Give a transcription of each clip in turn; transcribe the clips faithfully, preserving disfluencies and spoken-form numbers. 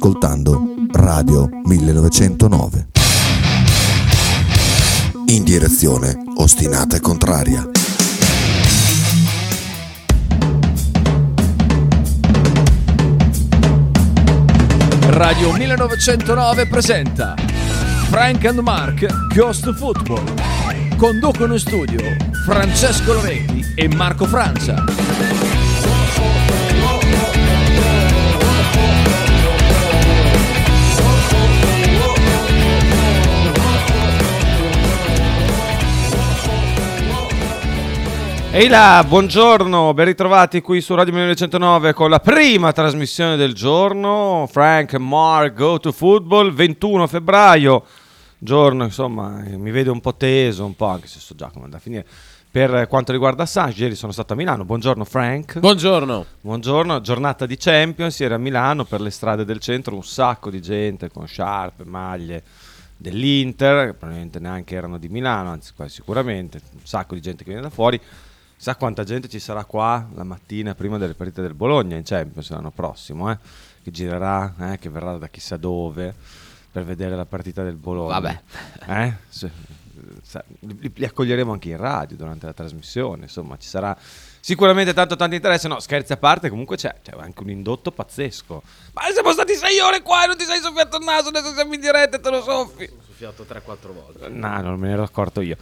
ascoltando Radio millenovecentonove. In direzione ostinata e contraria. Radio millenovecentonove presenta Frank and Mark Goes to Football. Conducono in studio Francesco Loretti e Marco Francia. Ehi là, buongiorno, ben ritrovati qui su Radio millenovecentonove con la prima trasmissione del giorno. Frank and Mark Go to Football, ventuno febbraio, giorno insomma mi vede un po' teso, un po', anche se so già come andrà a finire. Per quanto riguarda Assange, ieri sono stato a Milano. Buongiorno Frank. Buongiorno. Buongiorno, giornata di Champions, ieri a Milano per le strade del centro un sacco di gente con sciarpe, maglie dell'Inter, che probabilmente neanche erano di Milano, anzi quasi sicuramente, un sacco di gente che viene da fuori. Sa quanta gente ci sarà qua la mattina prima delle partite del Bologna in Champions l'anno prossimo, eh? Che girerà, eh? Che verrà da chissà dove per vedere la partita del Bologna. Vabbè. Eh? Se, sa, li, li accoglieremo anche in radio durante la trasmissione, insomma ci sarà sicuramente tanto tanto interesse. No, scherzi a parte, comunque c'è, c'è anche un indotto pazzesco. Ma siamo stati sei ore qua e non ti sei soffiato il naso, adesso siamo in diretta e te lo soffi. Ho soffiato tre quattro volte. No, non me ne ero accorto io.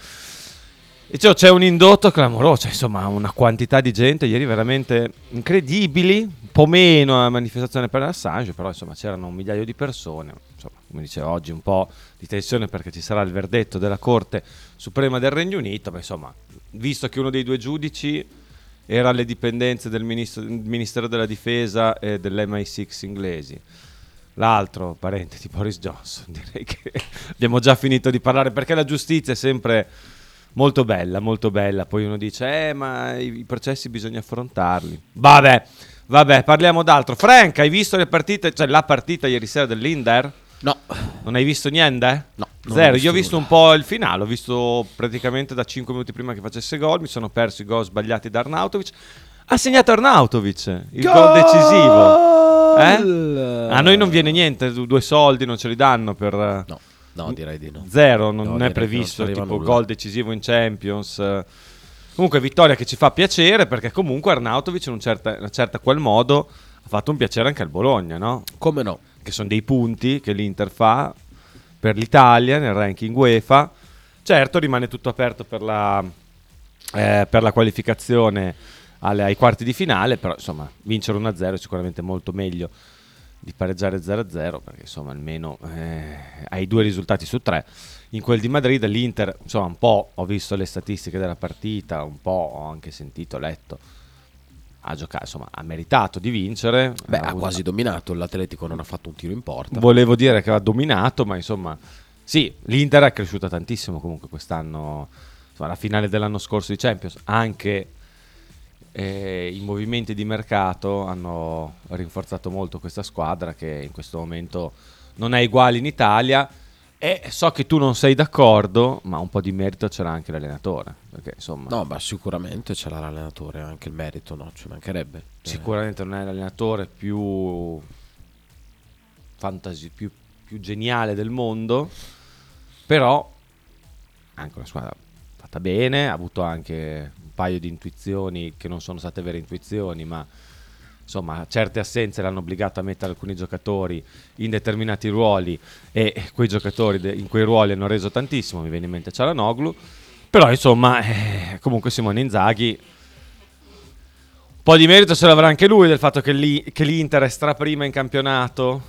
E cioè, c'è un indotto clamoroso, insomma una quantità di gente ieri veramente incredibili, un po' meno a manifestazione per Assange, però insomma c'erano un migliaio di persone, insomma come dicevo oggi un po' di tensione perché ci sarà il verdetto della Corte Suprema del Regno Unito, ma insomma visto che uno dei due giudici era alle dipendenze del ministro, Ministero della Difesa e dell'M I sei inglesi, l'altro parente di Boris Johnson, direi che abbiamo già finito di parlare perché la giustizia è sempre molto bella, molto bella. Poi uno dice, eh, ma i, i processi bisogna affrontarli. Vabbè, vabbè, parliamo d'altro. Frank, hai visto le partite, cioè la partita ieri sera dell'Inter? No. Non hai visto niente? No. Zero. Io ho visto un po' il finale, ho visto praticamente da cinque minuti prima che facesse gol, mi sono perso i gol sbagliati da Arnautovic. Ha segnato Arnautovic, il gol, gol decisivo. Eh? A noi non viene niente, due soldi non ce li danno per... No. No, direi di no. Zero, non no, è previsto non tipo nulla. Gol decisivo in Champions. Comunque vittoria che ci fa piacere perché comunque Arnautovic in un certa, in una certa qual modo ha fatto un piacere anche al Bologna, no? Come no? Che sono dei punti che l'Inter fa per l'Italia nel ranking UEFA. Certo rimane tutto aperto per la, eh, per la qualificazione alle, ai quarti di finale, però insomma vincere uno a zero è sicuramente molto meglio di pareggiare zero a zero perché insomma almeno eh, hai due risultati su tre. In quel di Madrid l'Inter insomma un po' ho visto le statistiche della partita, un po' ho anche sentito, letto, ha giocato, insomma ha meritato di vincere. Beh, ha, ha avuto... quasi dominato, l'Atletico non ha fatto un tiro in porta. Volevo dire che ha dominato, ma insomma sì, l'Inter è cresciuta tantissimo comunque quest'anno, insomma, la finale dell'anno scorso di Champions, anche Eh, i movimenti di mercato hanno rinforzato molto questa squadra che in questo momento non è uguale in Italia e so che tu non sei d'accordo, ma un po' di merito c'era anche l'allenatore perché insomma no, ma sicuramente c'era l'allenatore, anche il merito, no, ci mancherebbe. Sicuramente non è l'allenatore più fantasy, più, più geniale del mondo, però anche una squadra fatta bene, ha avuto anche paio di intuizioni che non sono state vere intuizioni, ma insomma certe assenze l'hanno obbligato a mettere alcuni giocatori in determinati ruoli e quei giocatori de- in quei ruoli hanno reso tantissimo, mi viene in mente Çalhanoğlu, però insomma eh, comunque Simone Inzaghi un po' di merito ce l'avrà anche lui del fatto che, lì, che l'Inter è straprima in campionato,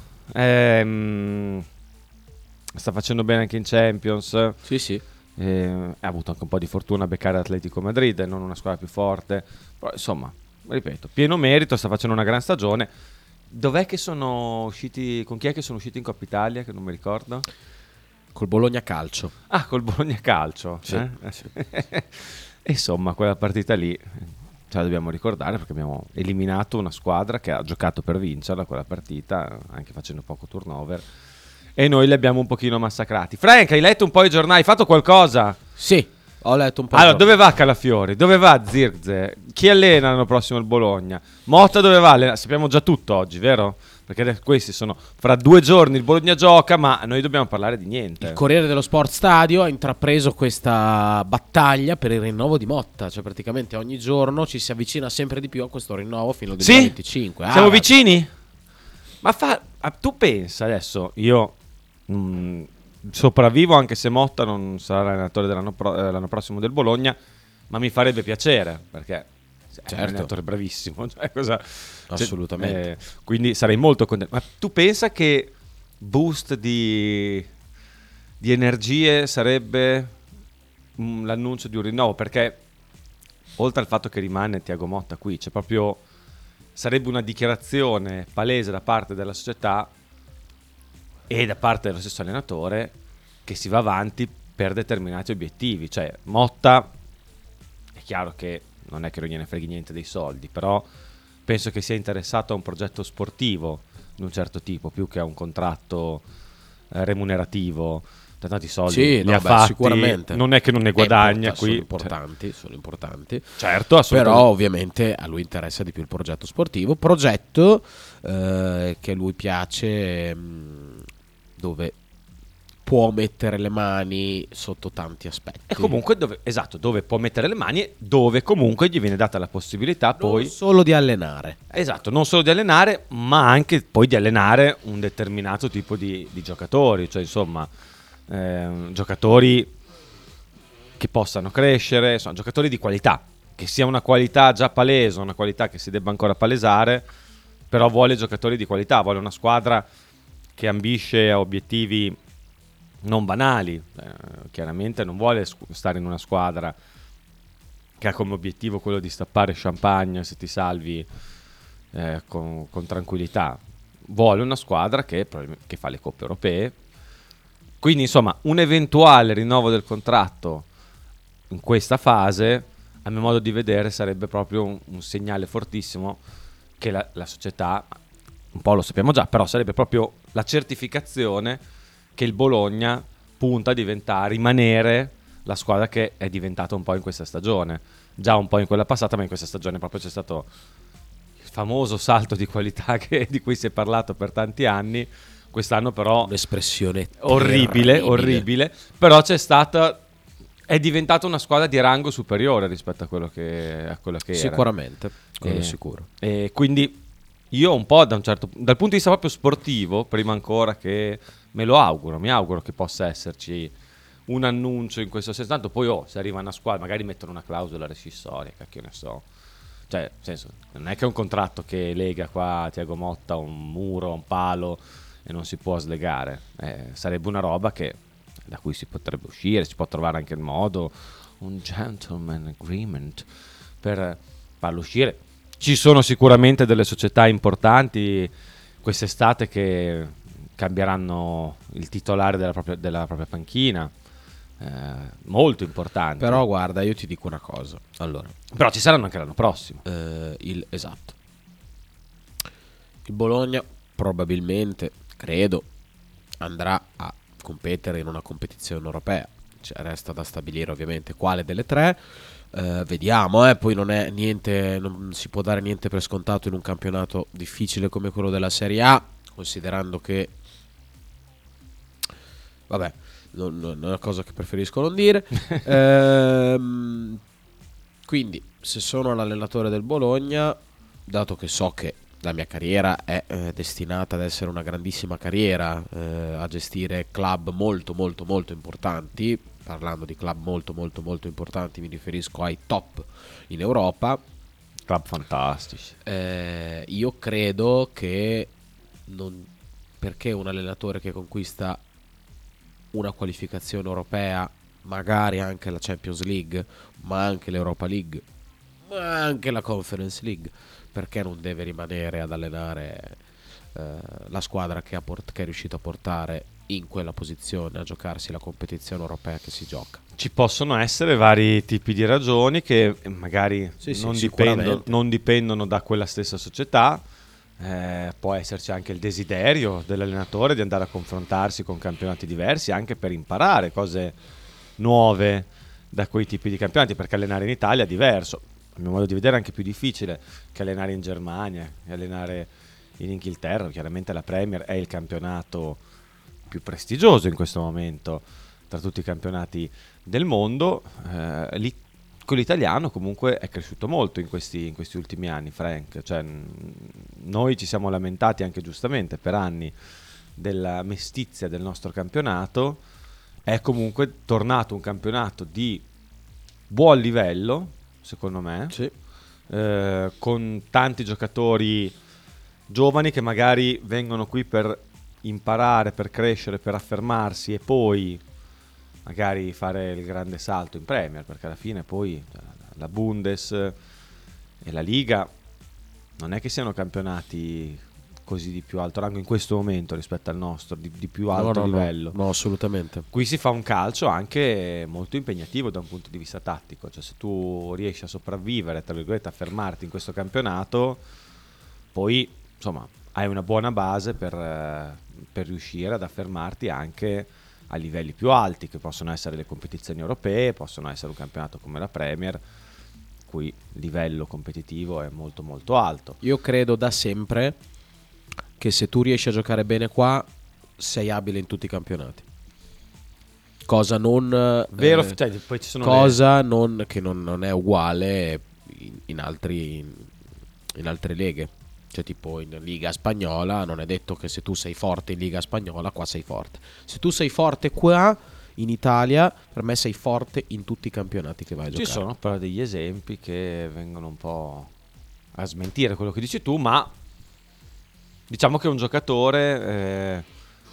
ehm, sta facendo bene anche in Champions. Sì, sì. Eh, ha avuto anche un po' di fortuna a beccare Atletico Madrid, non una squadra più forte, però insomma ripeto, pieno merito, sta facendo una gran stagione. Dov'è che sono usciti, con chi è che sono usciti in Coppa Italia che non mi ricordo? Col Bologna Calcio. Ah, col Bologna Calcio, sì, eh? sì. E insomma quella partita lì ce la dobbiamo ricordare perché abbiamo eliminato una squadra che ha giocato per vincerla quella partita anche facendo poco turnover e noi li abbiamo un pochino massacrati. Frank, hai letto un po' i giornali? Hai fatto qualcosa? Sì, ho letto un po'. Allora, dove va Calafiori? Dove va Zirkzee? Chi allena l'anno prossimo il Bologna? Motta dove va? Sappiamo già tutto oggi, vero? Perché perché questi sono fra due giorni il Bologna gioca, ma noi dobbiamo parlare di niente. Il Corriere dello Sport Stadio ha intrapreso questa battaglia per il rinnovo di Motta, cioè praticamente ogni giorno ci si avvicina sempre di più a questo rinnovo fino al Sì? duemilaventicinque. Siamo Ah, vicini? Ma fa, ah, tu pensa adesso, io mh, sopravvivo anche se Motta non sarà l'allenatore dell'anno pro- eh, l'anno prossimo del Bologna, ma mi farebbe piacere, perché è Certo. un allenatore bravissimo, cioè, cosa, Assolutamente. eh, quindi sarei molto contento. Ma tu pensa che boost di, di energie sarebbe mh, l'annuncio di un rinnovo? Perché oltre al fatto che rimane Thiago Motta qui, c'è proprio, sarebbe una dichiarazione palese da parte della società e da parte dello stesso allenatore che si va avanti per determinati obiettivi. Cioè Motta è chiaro che non è che non gliene freghi niente dei soldi, però penso che sia interessato a un progetto sportivo di un certo tipo più che a un contratto eh, remunerativo. Tanti soldi Sì, li no, ha beh, fatti, sicuramente. non è che non ne Eh, guadagna importa- qui. sono importanti, sono importanti. Certo, assolutamente. Però ovviamente a lui interessa di più il progetto sportivo, progetto eh, che a lui piace, mh, dove può mettere le mani sotto tanti aspetti. E comunque dove, esatto, dove può mettere le mani, dove comunque gli viene data la possibilità non poi solo di allenare. esatto, non solo di allenare, ma anche poi di allenare un determinato tipo di, di giocatori, cioè insomma ehm, giocatori che possano crescere, insomma giocatori di qualità, che sia una qualità già palese, una qualità che si debba ancora palesare, però vuole giocatori di qualità, vuole una squadra che ambisce a obiettivi non banali. Eh, chiaramente non vuole scu- stare in una squadra che ha come obiettivo quello di stappare champagne se ti salvi eh, con, con tranquillità. Vuole una squadra che, che fa le coppe europee. Quindi insomma un eventuale rinnovo del contratto in questa fase, a mio modo di vedere, sarebbe proprio un, un segnale fortissimo che la, la società, un po' lo sappiamo già, però sarebbe proprio la certificazione che il Bologna punta a diventare, a rimanere la squadra che è diventata un po' in questa stagione, già un po' in quella passata, ma in questa stagione proprio c'è stato il famoso salto di qualità che, di cui si è parlato per tanti anni. Quest'anno però Un'espressione orribile, terribile. orribile, però c'è stata, è diventata una squadra di rango superiore rispetto a quello che, a quello che era. Sicuramente, quello Eh, sicuro. E quindi io un po' da un certo, dal punto di vista proprio sportivo, prima ancora che me lo auguro, mi auguro che possa esserci un annuncio in questo senso. Tanto poi oh, se arriva una squadra, magari mettono una clausola rescissoria, cacchio ne so. Cioè, nel senso, non è che è un contratto che lega qua Thiago Motta a un muro, a un palo e non si può slegare. Eh, sarebbe una roba che da cui si potrebbe uscire, si può trovare anche il modo, un gentleman agreement per farlo uscire. Ci sono sicuramente delle società importanti quest'estate che cambieranno il titolare della propria, della propria panchina, eh, molto importanti. Però guarda, io ti dico una cosa. Allora, Però ci saranno anche l'anno prossimo. eh, il, esatto. Il Bologna probabilmente, credo, andrà a competere in una competizione europea. Cioè, resta da stabilire ovviamente quale delle tre. Eh, vediamo, eh. Poi non è niente, non si può dare niente per scontato in un campionato difficile come quello della Serie A, considerando che vabbè, non, non è una cosa che preferisco non dire. Ehm, quindi, se sono l'allenatore del Bologna, dato che so che la mia carriera è eh, destinata ad essere una grandissima carriera, eh, a gestire club molto molto molto importanti, parlando di club molto molto molto importanti mi riferisco ai top in Europa, Club fantastici. eh, io credo che non, perché un allenatore che conquista una qualificazione europea, magari anche la Champions League, ma anche l'Europa League, ma anche la Conference League, perché non deve rimanere ad allenare eh, la squadra che, ha port- che è riuscito a portare in quella posizione a giocarsi la competizione europea che si gioca? Ci possono essere vari tipi di ragioni che magari Sì, sì, non, sicuramente. dipendono, non dipendono da quella stessa società. Eh, può esserci anche il desiderio dell'allenatore di andare a confrontarsi con campionati diversi, anche per imparare cose nuove da quei tipi di campionati, perché allenare in Italia è diverso, a mio modo di vedere è anche più difficile che allenare in Germania, che allenare in Inghilterra. Chiaramente la Premier è il campionato più prestigioso in questo momento tra tutti i campionati del mondo. Eh, lì, quello italiano comunque è cresciuto molto in questi, in questi ultimi anni, Frank. Cioè, mh, noi ci siamo lamentati anche giustamente per anni della mestizia del nostro campionato. È comunque tornato un campionato di buon livello, secondo me, Sì. eh, con tanti giocatori giovani che magari vengono qui per imparare, per crescere, per affermarsi e poi magari fare il grande salto in Premier, perché alla fine poi la Bundes e la Liga non è che siano campionati così di più alto rango in questo momento rispetto al nostro, di, di più alto no, no, livello. No, no, assolutamente. Qui si fa un calcio anche molto impegnativo da un punto di vista tattico, cioè se tu riesci a sopravvivere, tra virgolette, a fermarti in questo campionato, poi insomma hai una buona base per, per riuscire ad affermarti anche a livelli più alti, che possono essere le competizioni europee, possono essere un campionato come la Premier, cui il livello competitivo è molto molto alto. Io credo da sempre che se tu riesci a giocare bene qua sei abile in tutti i campionati, cosa non Vero, eh, cioè, poi ci sono cosa le... non, che non, non è uguale in, in altri in, in altre leghe. Cioè tipo in Liga Spagnola non è detto che se tu sei forte in Liga Spagnola qua sei forte. Se tu sei forte qua in Italia, per me sei forte in tutti i campionati che vai a giocare. Ci sono però degli esempi che vengono un po' a smentire quello che dici tu, ma diciamo che un giocatore eh,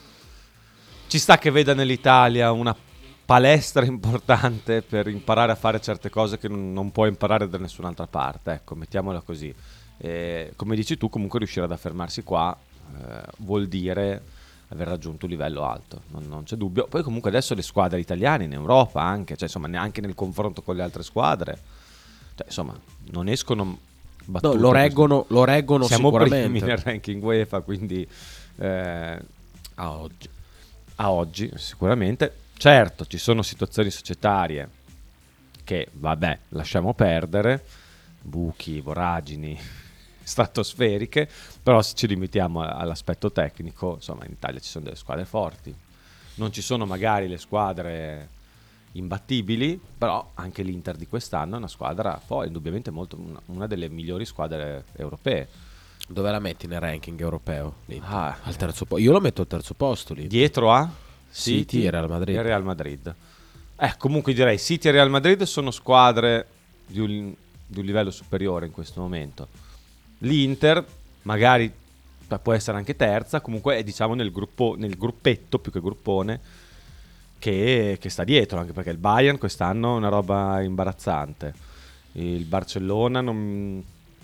ci sta che veda nell'Italia una palestra importante per imparare a fare certe cose che non, non può imparare da nessun'altra parte, ecco, mettiamola così. E, come dici tu, comunque riuscire ad affermarsi qua eh, vuol dire aver raggiunto un livello alto, non, non c'è dubbio. Poi comunque adesso le squadre italiane in Europa anche, cioè insomma neanche nel confronto con le altre squadre, cioè insomma non escono battute. No, lo reggono, lo reggono siamo sicuramente. primi nel ranking UEFA, quindi eh, a oggi. a oggi sicuramente. Certo, ci sono situazioni societarie che vabbè lasciamo perdere, buchi, voragini stratosferiche, però se ci limitiamo all'aspetto tecnico, insomma in Italia ci sono delle squadre forti, non ci sono magari le squadre imbattibili, però anche l'Inter di quest'anno è una squadra poi indubbiamente molto, una, una delle migliori squadre europee. Dove la metti nel ranking europeo? Ah, al terzo po- io lo metto al terzo posto lì, dietro a City, City e Real Madrid. e Real Madrid. Eh, comunque direi City e Real Madrid sono squadre di un, di un livello superiore in questo momento. L'Inter magari può essere anche terza, comunque è diciamo nel gruppo, nel gruppetto più che gruppone che, che sta dietro, anche perché il Bayern quest'anno è una roba imbarazzante, il Barcellona non,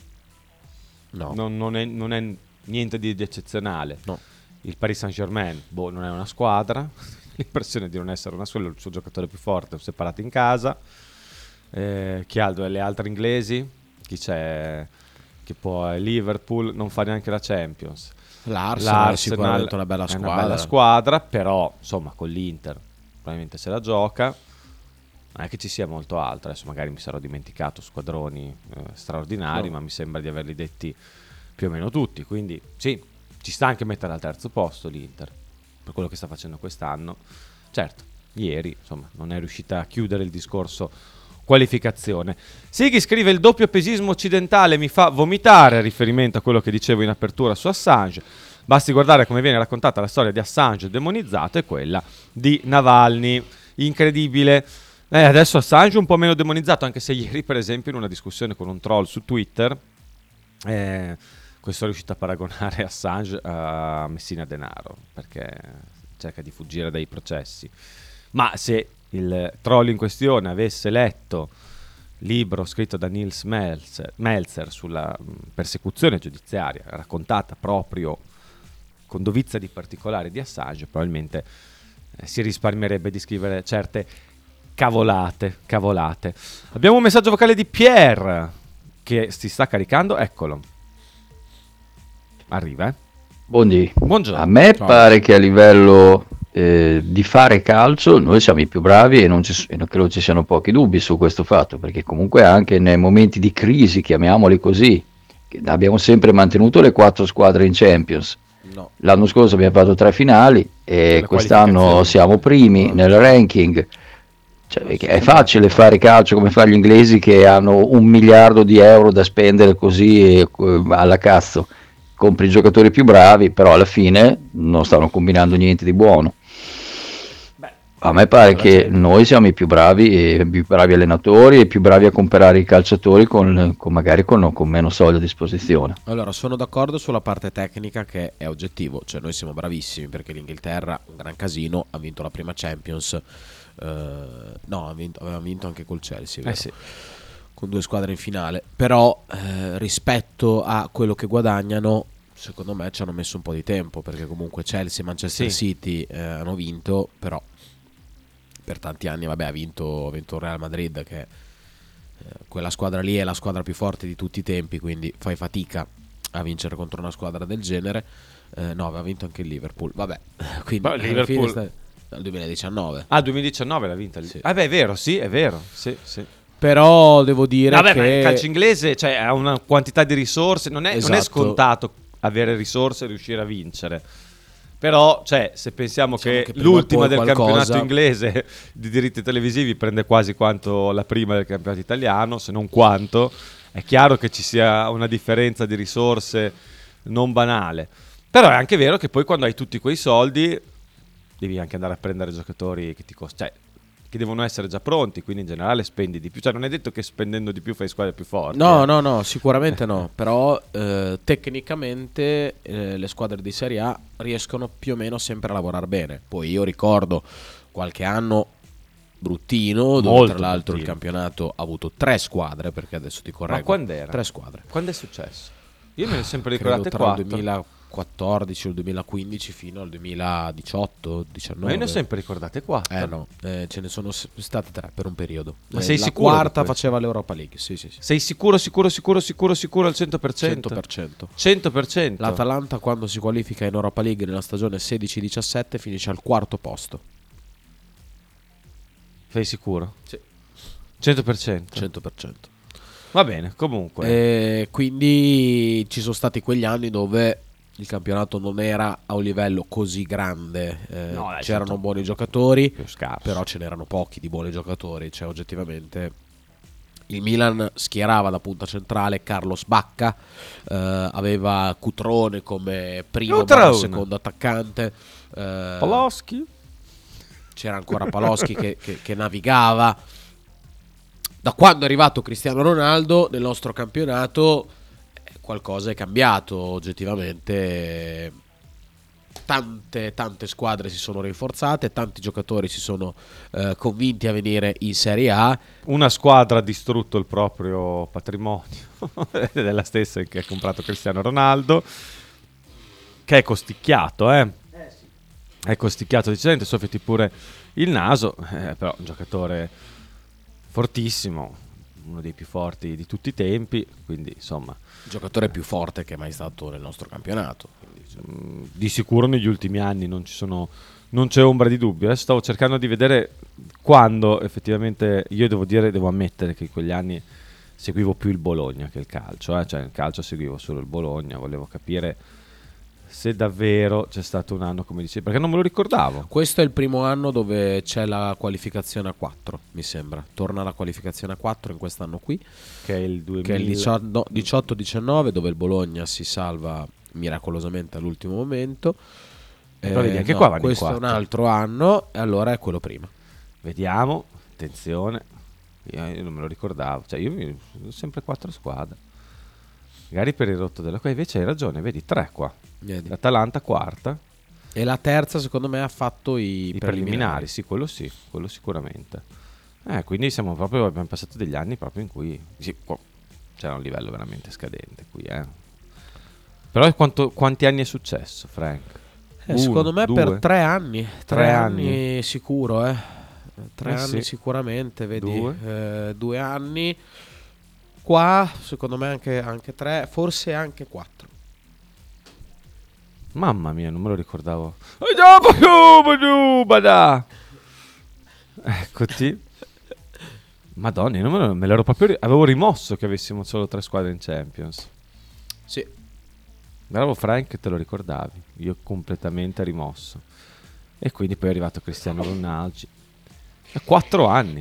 No. non, non, è, non è niente di, di eccezionale, No. il Paris Saint-Germain boh, non è una squadra, l'impressione di non essere una squadra, il suo giocatore più forte è separato in casa. Eh, chi altro? Le altre inglesi? Chi c'è? Che può? Liverpool non fa neanche la Champions. L'Arsenal, è sicuramente una bella è squadra. una bella squadra, però insomma con l'Inter probabilmente se la gioca. Non è che ci sia molto altro. Adesso magari mi sarò dimenticato squadroni eh, straordinari, No. ma mi sembra di averli detti più o meno tutti. Quindi sì, ci sta anche mettere al terzo posto l'Inter per quello che sta facendo quest'anno. Certo, ieri insomma non è riuscita a chiudere il discorso qualificazione. Sighi scrive: il doppio pesismo occidentale mi fa vomitare, riferimento a quello che dicevo in apertura su Assange. Basti guardare come viene raccontata la storia di Assange demonizzato e quella di Navalny. Incredibile. Eh, adesso Assange è un po' meno demonizzato, anche se ieri per esempio in una discussione con un troll su Twitter eh, questo è riuscito a paragonare Assange a Messina Denaro, perché cerca di fuggire dai processi. Ma se il troll in questione avesse letto libro scritto da Nils Melzer, Melzer sulla mh, persecuzione giudiziaria raccontata proprio con dovizia di particolari di Assange, probabilmente eh, si risparmierebbe di scrivere certe cavolate, cavolate. Abbiamo un messaggio vocale di Pierre che si sta caricando, eccolo. Arriva, eh. Buondì. Buongiorno. A me Ciao. pare che a livello eh, di fare calcio noi siamo i più bravi e non, ci, e non credo ci siano pochi dubbi su questo fatto, perché comunque anche nei momenti di crisi, chiamiamoli così, che abbiamo sempre mantenuto le quattro squadre in Champions. No. L'anno scorso abbiamo fatto tre finali e Le quest'anno qualificazioni. siamo primi Ah, nel sì. ranking. Cioè, è facile fare calcio come fanno gli inglesi che hanno un miliardo di euro da spendere così eh, alla cazzo. Compri i giocatori più bravi, però alla fine non stanno combinando niente di buono. A me pare che noi siamo i più bravi, e i più bravi allenatori e i più bravi a comprare i calciatori con, con magari con, con meno soldi a disposizione. Allora, sono d'accordo sulla parte tecnica, che è oggettivo, cioè noi siamo bravissimi perché l'Inghilterra, un gran casino, ha vinto la prima Champions, eh, no, ha vinto, aveva vinto anche col Chelsea, vero? Eh sì. Con due squadre in finale, però eh, rispetto a quello che guadagnano, secondo me ci hanno messo un po' di tempo, perché comunque Chelsea e Manchester Sì. City eh, hanno vinto, però per tanti anni vabbè ha vinto, ha vinto il Real Madrid, che eh, quella squadra lì è la squadra più forte di tutti i tempi, quindi fai fatica a vincere contro una squadra del genere. Eh, no, aveva vinto anche il Liverpool, vabbè, quindi Ma alla Liverpool- fine sta- nel duemiladiciannove. Ah, duemiladiciannove l'ha vinta lì. Sì. Ah, beh, è vero, sì, è vero. Sì, sì. Però devo dire Vabbè, che ma il calcio inglese, cioè, ha una quantità di risorse, non è, non è Esatto. scontato avere risorse e riuscire a vincere. Però, cioè, se pensiamo Diciamo che, che prima o l'ultima poi del qualcosa- campionato inglese di diritti televisivi prende quasi quanto la prima del campionato italiano, se non quanto, è chiaro che ci sia una differenza di risorse non banale. Però è anche vero che poi quando hai tutti quei soldi devi anche andare a prendere giocatori che ti costano, cioè che devono essere già pronti, quindi in generale spendi di più. Cioè non è detto che spendendo di più fai squadre più forti. No, eh. no, no, sicuramente no. Però eh, tecnicamente eh, le squadre di Serie A riescono più o meno sempre a lavorare bene. Poi io ricordo qualche anno bruttino, dove Molto tra l'altro il bruttino. campionato ha avuto tre squadre, perché adesso ti correggo. Ma quando era? Tre squadre. Quando è successo? Io me ne sempre Credo ricordate tra quattro. il duemilaquattordici o il duemilaquindici fino al duemiladiciotto diciannove. Ma io ne ho sempre ricordate quattro. Eh no, eh, ce ne sono s- state tre per un periodo. Ma Eh, sei la sicuro di quarta questo? faceva l'Europa League, sì sì sì. Sei sicuro, sicuro, sicuro, sicuro, sicuro al cento per cento? cento per cento. cento per cento. L'Atalanta quando si qualifica in Europa League nella stagione sedici diciassette finisce al quarto posto. Sei sicuro? Sì. cento per cento. cento per cento. Va bene, comunque. E quindi ci sono stati quegli anni dove il campionato non era a un livello così grande. Eh, No, dai, c'erano certo. buoni giocatori, Più scarso. però ce n'erano pochi di buoni giocatori. Cioè oggettivamente il Milan schierava da punta centrale Carlos Bacca, eh, aveva Cutrone come primo Cutrone. o secondo attaccante, eh, Paloschi? c'era ancora Paloschi che, che- che navigava. Da quando è arrivato Cristiano Ronaldo nel nostro campionato eh, qualcosa è cambiato oggettivamente. Tante, tante squadre si sono rinforzate, tanti giocatori si sono eh, convinti a venire in Serie A. Una squadra ha distrutto il proprio patrimonio, ed è la stessa che ha comprato Cristiano Ronaldo, che è costicchiato, eh. È costicchiato decisamente, soffiati pure il naso, eh, però un giocatore fortissimo, uno dei più forti di tutti i tempi, quindi insomma Il giocatore più forte che è mai stato nel nostro campionato. Quindi, cioè, mh, di sicuro negli ultimi anni non ci sono, non c'è ombra di dubbio. Adesso stavo cercando di vedere quando effettivamente, io devo dire, devo ammettere che in quegli anni seguivo più il Bologna che il calcio, eh? Cioè il calcio seguivo solo il Bologna, volevo capire se davvero c'è stato un anno come dicevi, perché non me lo ricordavo. Questo è il primo anno dove c'è la qualificazione a quattro, mi sembra. Torna la qualificazione a quattro in quest'anno qui, Che è il duemila. che è il diciotto diciannove, dove il Bologna si salva miracolosamente all'ultimo momento. Eh, Però vedi, anche qua vanno in questo è un quattro. altro anno, e allora è quello prima. Vediamo, attenzione, io, io non me lo ricordavo, cioè io mi, sempre quattro squadre, magari per il rotto della qua, invece hai ragione, vedi tre qua, Vedi. l'Atalanta quarta, E la terza, secondo me, ha fatto i, i preliminari, sì, quello sì, quello sicuramente. Eh, quindi siamo proprio, abbiamo passato degli anni proprio in cui sì, qua c'era un livello veramente scadente qui, eh. Però quanto, quanti anni è successo, Frank? Eh, Uno, secondo me due? per tre anni. Tre, Tre anni, anni. sicuro, eh. Tre Eh, anni sì. sicuramente, vedi. Due. Eh, due anni. Qua, secondo me, anche, anche tre, forse anche quattro. Mamma mia, non me lo ricordavo. Eccoti. Madonna, io non me, lo- me l'ero proprio ri- avevo rimosso che avessimo solo tre squadre in Champions. Sì. Bravo Frank, che te lo ricordavi. Io completamente rimosso. E quindi poi è arrivato Cristiano Ronaldo. A quattro anni.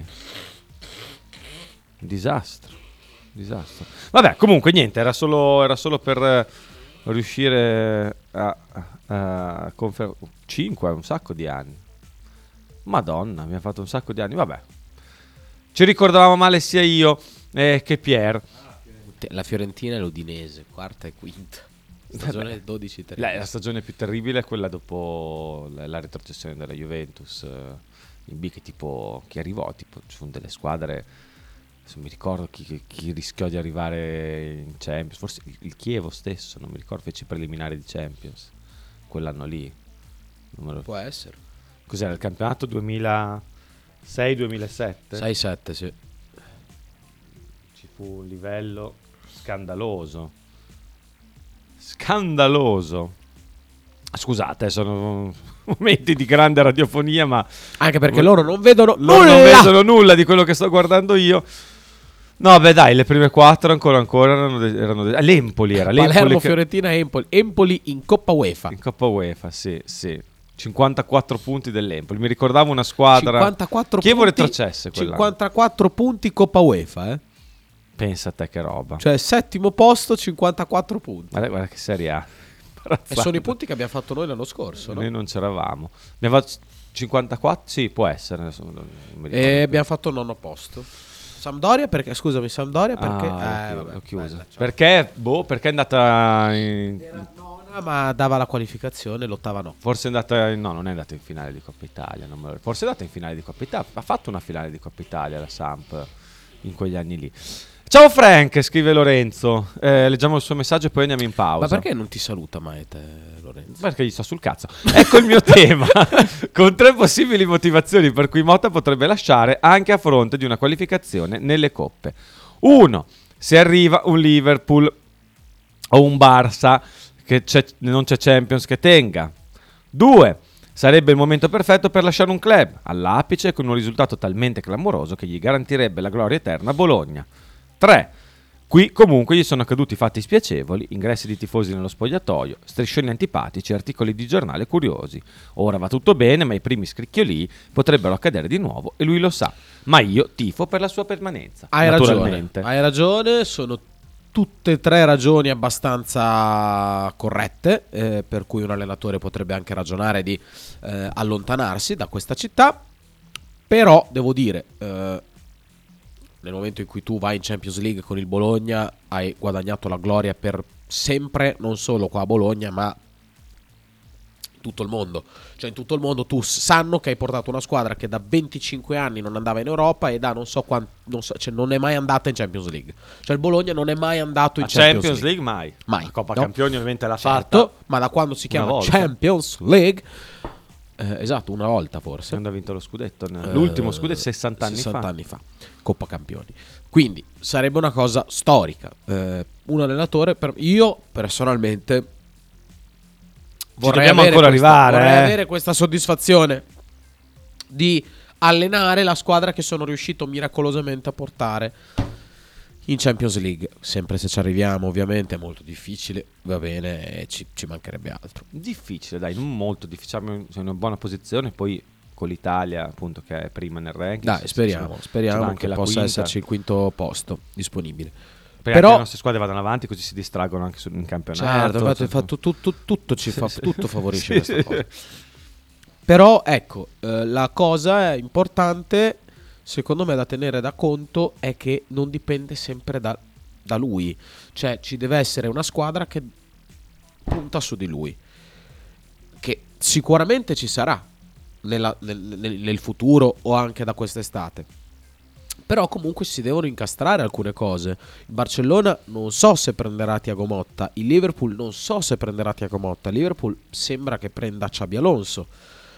Disastro. Disastro. Vabbè, comunque niente, era solo, era solo per eh, riuscire a, a confermare. cinque, un sacco di anni. Madonna, mi ha fatto un sacco di anni. Vabbè. Ci ricordavamo male sia io eh, che Pier. La Fiorentina e l'Udinese, quarta e quinta. Stagione dodici tredici. La, la stagione più terribile è quella dopo la, la retrocessione della Juventus eh, in B, che tipo chi arrivò, tipo ci furono delle squadre, se mi ricordo chi, chi, chi rischiò di arrivare in Champions, forse il, il Chievo stesso, non mi ricordo, fece i preliminari di Champions quell'anno lì. Non me lo... Può essere. Cos'era il campionato duemilasei duemilasette? sei sette, sì. Ci fu un livello scandaloso. Scandaloso. Scusate, sono momenti di grande radiofonia, ma anche perché loro non vedono loro nulla. non vedono nulla di quello che sto guardando io. No, beh, dai, le prime quattro ancora ancora erano, de- erano de- l'Empoli era Palermo, l'Empoli che... Fiorentina e Empoli. Empoli in Coppa UEFA. in Coppa UEFA, sì, sì. cinquantaquattro punti dell'Empoli. Mi ricordavo una squadra cinquantaquattro Chievo punti, retrocesse quell'anno. cinquantaquattro punti Coppa UEFA, eh. Pensa a te che roba. Cioè settimo posto, cinquantaquattro punti. Guarda, guarda che Serie A. E sono i punti che abbiamo fatto noi l'anno scorso, no? Noi non c'eravamo. Abbiamo fatto cinquantaquattro? Sì, può essere. adesso non mi ricordo E più. abbiamo fatto il nono posto. Sampdoria perché, scusami, Sampdoria perché... Ah, eh, l'ho, vabbè, l'ho chiusa. bella, ciao. Perché? Boh, perché è andata in... Era nona, ma dava la qualificazione, l'ottava no. Forse è andata in... No, non è andata in finale di Coppa Italia. Non me lo... Forse è andata in finale di Coppa Italia. Ha fatto una finale di Coppa Italia la Samp in quegli anni lì. Ciao Frank, scrive Lorenzo. Eh, leggiamo il suo messaggio e poi andiamo in pausa. Ma perché non ti saluta mai te, Lorenzo? Perché gli sto sul cazzo. Ecco il mio tema. Con tre possibili motivazioni per cui Motta potrebbe lasciare anche a fronte di una qualificazione nelle coppe. Uno, se arriva un Liverpool o un Barça che c'è, non c'è Champions che tenga. Due, sarebbe il momento perfetto per lasciare un club all'apice con un risultato talmente clamoroso che gli garantirebbe la gloria eterna a Bologna. tre. Qui comunque gli sono accaduti fatti spiacevoli, ingressi di tifosi nello spogliatoio, striscioni antipatici, articoli di giornale curiosi. Ora va tutto bene, ma i primi scricchioli potrebbero accadere di nuovo e lui lo sa. Ma io tifo per la sua permanenza. Hai ragione, naturalmente. hai ragione, sono tutte e tre ragioni abbastanza corrette, eh, per cui un allenatore potrebbe anche ragionare di eh, allontanarsi da questa città. Però devo dire... Eh, nel momento in cui tu vai in Champions League con il Bologna hai guadagnato la gloria per sempre, non solo qua a Bologna ma tutto il mondo. Cioè in tutto il mondo tu sanno che hai portato una squadra che da venticinque anni non andava in Europa e da non so quanto, non so, cioè non è mai andata in Champions League. Cioè il Bologna non è mai andato in A Champions, Champions League. League mai. Mai, La Coppa no? Campioni ovviamente l'ha Certo, fatta. ma da quando si chiama volta. Champions League eh, esatto, una volta forse. Quando ha vinto lo scudetto, l'ultimo Eh, scudetto sessanta anni sessanta fa. anni fa, Coppa Campioni. Quindi sarebbe una cosa storica. Eh, un allenatore, per, io personalmente vorrei dobbiamo avere ancora questa, arrivare, vorrei eh. avere questa soddisfazione di allenare la squadra che sono riuscito miracolosamente a portare in Champions League. Sempre se ci arriviamo, ovviamente è molto difficile, va bene, e ci, ci mancherebbe altro. Difficile, dai, non molto difficile. Siamo in una buona posizione, poi con l'Italia appunto che è prima nel ranking. Dai, se- speriamo, se- speriamo c'è anche che la possa quinta. esserci il quinto posto disponibile. Perché Però- le nostre squadre vadano avanti così si distraggono anche sul- in campionato. Certo, infatti, cioè, fa- tu- tu- tu- tutto ci fa, sì. tutto favorisce Sì, questa sì. cosa. Però ecco, eh, la cosa importante secondo me da tenere da conto è che non dipende sempre da, da lui. Cioè ci deve essere una squadra che punta su di lui, che sicuramente ci sarà nella- nel, nel- nel futuro o anche da quest'estate. Però comunque si devono incastrare alcune cose. Il Barcellona non so se prenderà Thiago Motta, il Liverpool non so se prenderà Thiago Motta, il Liverpool sembra che prenda Xabi Alonso,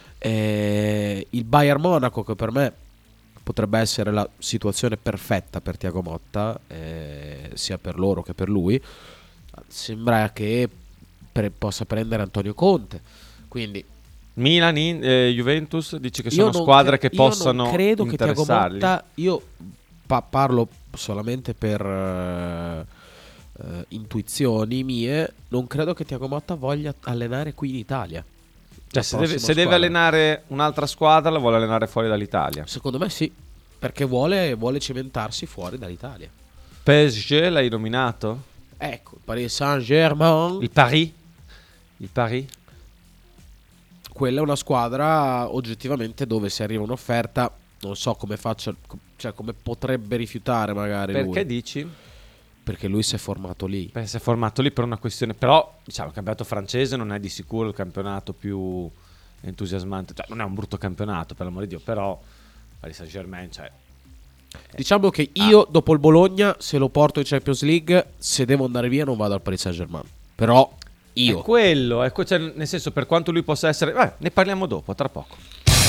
eh, il Bayern Monaco, che per me potrebbe essere la situazione perfetta per Thiago Motta, eh, sia per loro che per lui, sembra che pre- possa prendere Antonio Conte. Quindi Milan, in- eh, Juventus, dici che io sono non squadre cre- che io possano non credo che Thiago interessarli. Motta, io pa- parlo solamente per eh, eh, intuizioni mie, non credo che Thiago Motta voglia allenare qui in Italia. Cioè, se deve, se deve allenare un'altra squadra, la vuole allenare fuori dall'Italia? Secondo me sì, perché vuole, vuole cimentarsi fuori dall'Italia. P S G l'hai nominato? Ecco, il Paris Saint-Germain. Il Paris? Il Paris? Quella è una squadra oggettivamente dove se arriva un'offerta non so come faccia, cioè come potrebbe rifiutare magari. Perché lui. dici? Perché lui si è formato lì. Beh, si è formato lì per una questione. Però diciamo il campionato francese non è di sicuro il campionato più entusiasmante. Cioè non è un brutto campionato, per l'amore di Dio. Però Paris Saint-Germain, cioè, diciamo che io ah. dopo il Bologna, se lo porto in Champions League, se devo andare via non vado al Paris Saint-Germain. Però io è quello, è que- cioè, nel senso, per quanto lui possa essere, beh, ne parliamo dopo, tra poco.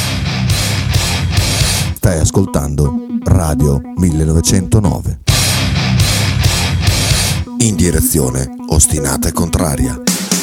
Stai ascoltando Radio millenovecentonove. In direzione ostinata e contraria.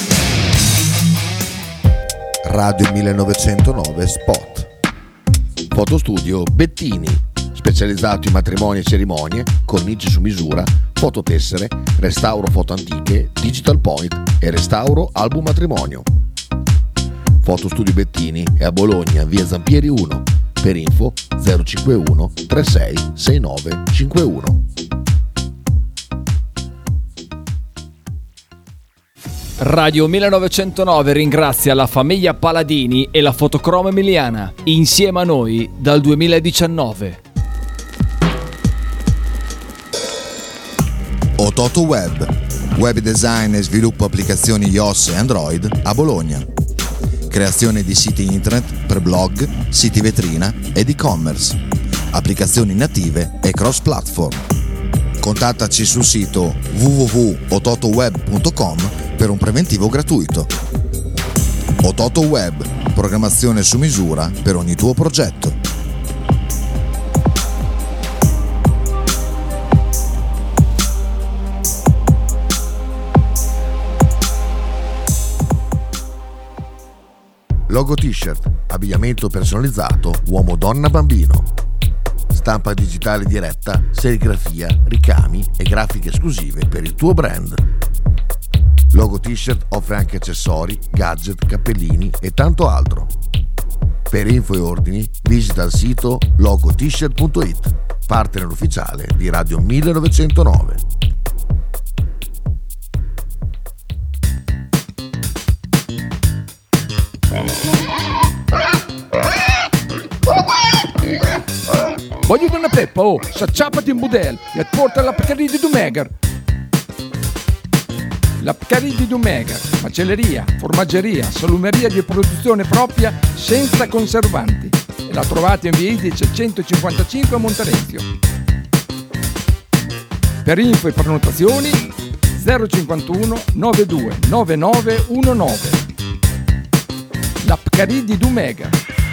Radio millenovecentonove Spot. Fotostudio Bettini, specializzato in matrimoni e cerimonie, cornici su misura, fototessere, restauro foto antiche, digital point e restauro album matrimonio. Fotostudio Bettini è a Bologna, via Zampieri uno. Per info zero cinquantuno trentasei sessantanove cinquantuno. Radio millenovecentonove ringrazia la famiglia Paladini e la Fotocromo Emiliana, insieme a noi dal duemiladiciannove. Ototo Web, web design e sviluppo applicazioni iOS e Android a Bologna. Creazione di siti internet per blog, siti vetrina ed e-commerce, applicazioni native e cross-platform. Contattaci sul sito w w w punto ototoweb punto com per un preventivo gratuito. Ototo Web, programmazione su misura per ogni tuo progetto. Logo T-shirt, abbigliamento personalizzato uomo, donna, bambino. Stampa digitale diretta, serigrafia, ricami e grafiche esclusive per il tuo brand. Logo T-shirt offre anche accessori, gadget, cappellini e tanto altro. Per info e ordini visita il sito logo t shirt punto it, partner ufficiale di Radio millenovecentonove. Voglio una peppa, oh, s'acciappati in budel e porta la Pcaridi di Dumegar. La Pcaridi di Dumegar, macelleria, formaggeria, salumeria di produzione propria senza conservanti. E la trovate in via Idice centocinquantacinque a Monterezio. Per info e prenotazioni zero cinquantuno novantadue novantanove diciannove. La Pcaridi di Dumegar.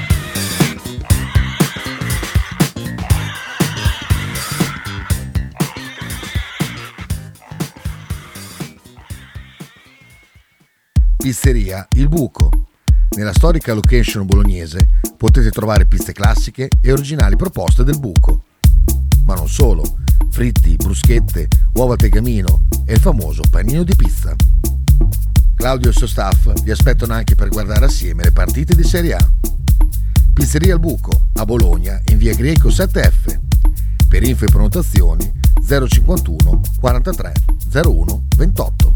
Pizzeria Il Buco. Nella storica location bolognese potete trovare pizze classiche e originali proposte del Buco. Ma non solo, fritti, bruschette, uova al tegamino e il famoso panino di pizza. Claudio e il suo staff vi aspettano anche per guardare assieme le partite di Serie A. Pizzeria Il Buco, a Bologna, in via Greco sette F. Per info e prenotazioni zero cinquantuno quarantatré zero uno ventotto.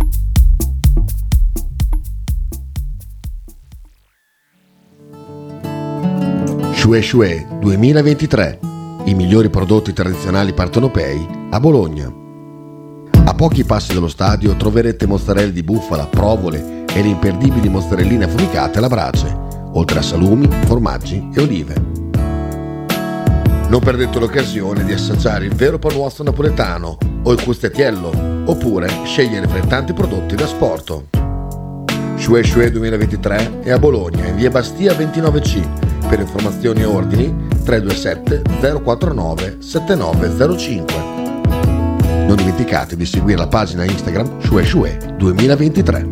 Shue Shue duemilaventitré, i migliori prodotti tradizionali partenopei a Bologna. A pochi passi dallo stadio troverete mozzarella di bufala, provole e le imperdibili mozzarelline affumicate alla brace, oltre a salumi, formaggi e olive. Non perdete l'occasione di assaggiare il vero panuozzo napoletano o il custettiello, oppure scegliere fra i tanti prodotti da sport. Shue Shue duemilaventitré è a Bologna, in via Bastia ventinove C. Per informazioni e ordini tre due sette zero quattro nove sette nove zero cinque. Non dimenticate di seguire la pagina Instagram Shue Shue duemilaventitré.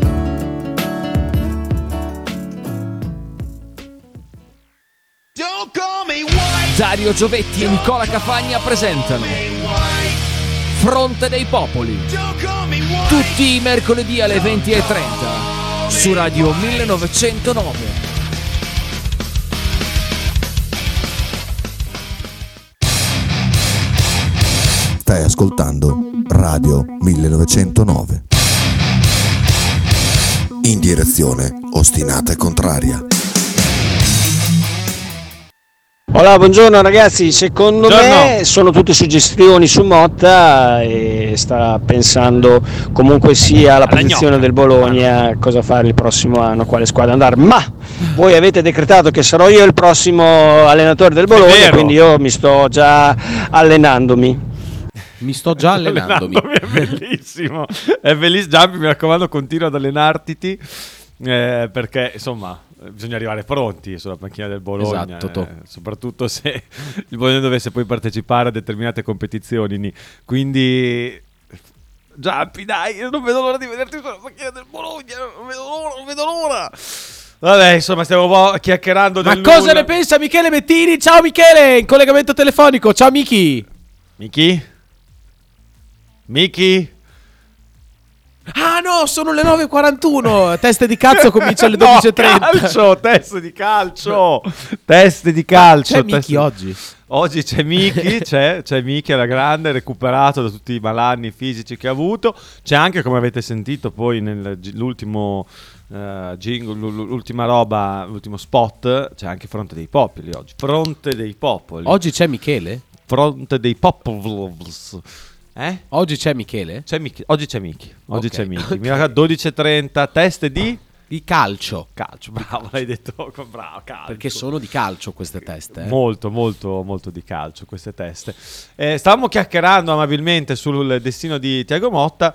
Dario Giovetti e Nicola Cafagna presentano Fronte dei Popoli, tutti i mercoledì alle venti e trenta su Radio millenovecentonove. Stai ascoltando Radio millenovecentonove. In direzione ostinata e contraria. Hola, buongiorno ragazzi, secondo Buongiorno. me sono tutte suggestioni su Motta e sta pensando comunque sia alla Alla posizione gnocca. del Bologna, cosa fare il prossimo anno, quale squadra andare, ma voi avete decretato che sarò io il prossimo allenatore del Bologna, vero. quindi io mi sto già allenandomi. Mi sto già allenandomi. È bellissimo. È bellissimo. Giampi, mi raccomando, continua ad allenarti. Eh, perché insomma bisogna arrivare pronti sulla panchina del Bologna. Esatto, to. eh, soprattutto se il Bologna dovesse poi partecipare a determinate competizioni. Quindi Giampi, dai, io non vedo l'ora di vederti sulla panchina del Bologna. Non vedo l'ora, non vedo l'ora. Vabbè, insomma, stiamo un po' chiacchierando Ma del cosa nulla. ne pensa Michele Bettini? Ciao Michele, in collegamento telefonico. Ciao Miki. Miki? Miki? Ah no, sono le nove e quarantuno. Teste di cazzo comincia alle No, dodici e trenta. calcio, teste di calcio. Teste di calcio. C'è Miki teste- oggi. Oggi c'è Miki, c'è, c'è Miki alla grande, recuperato da tutti i malanni fisici che ha avuto. C'è anche, come avete sentito poi nell'ultimo uh, jingle, l'ul- l'ultima roba, l'ultimo spot, c'è anche Fronte dei Popoli oggi. Fronte dei Popoli. Oggi c'è Michele? Fronte dei Popoli. Eh? Oggi c'è Michele? C'è Miki. Oggi c'è Miki. Oggi Ok. c'è Miki. Mi raccomando, dodici e trenta, teste di Di calcio. calcio. Bravo, l'hai detto. Bravo, calcio. Perché sono di calcio queste teste. eh. Molto, molto, molto di calcio queste teste. Eh, stavamo chiacchierando amabilmente sul destino di Thiago Motta,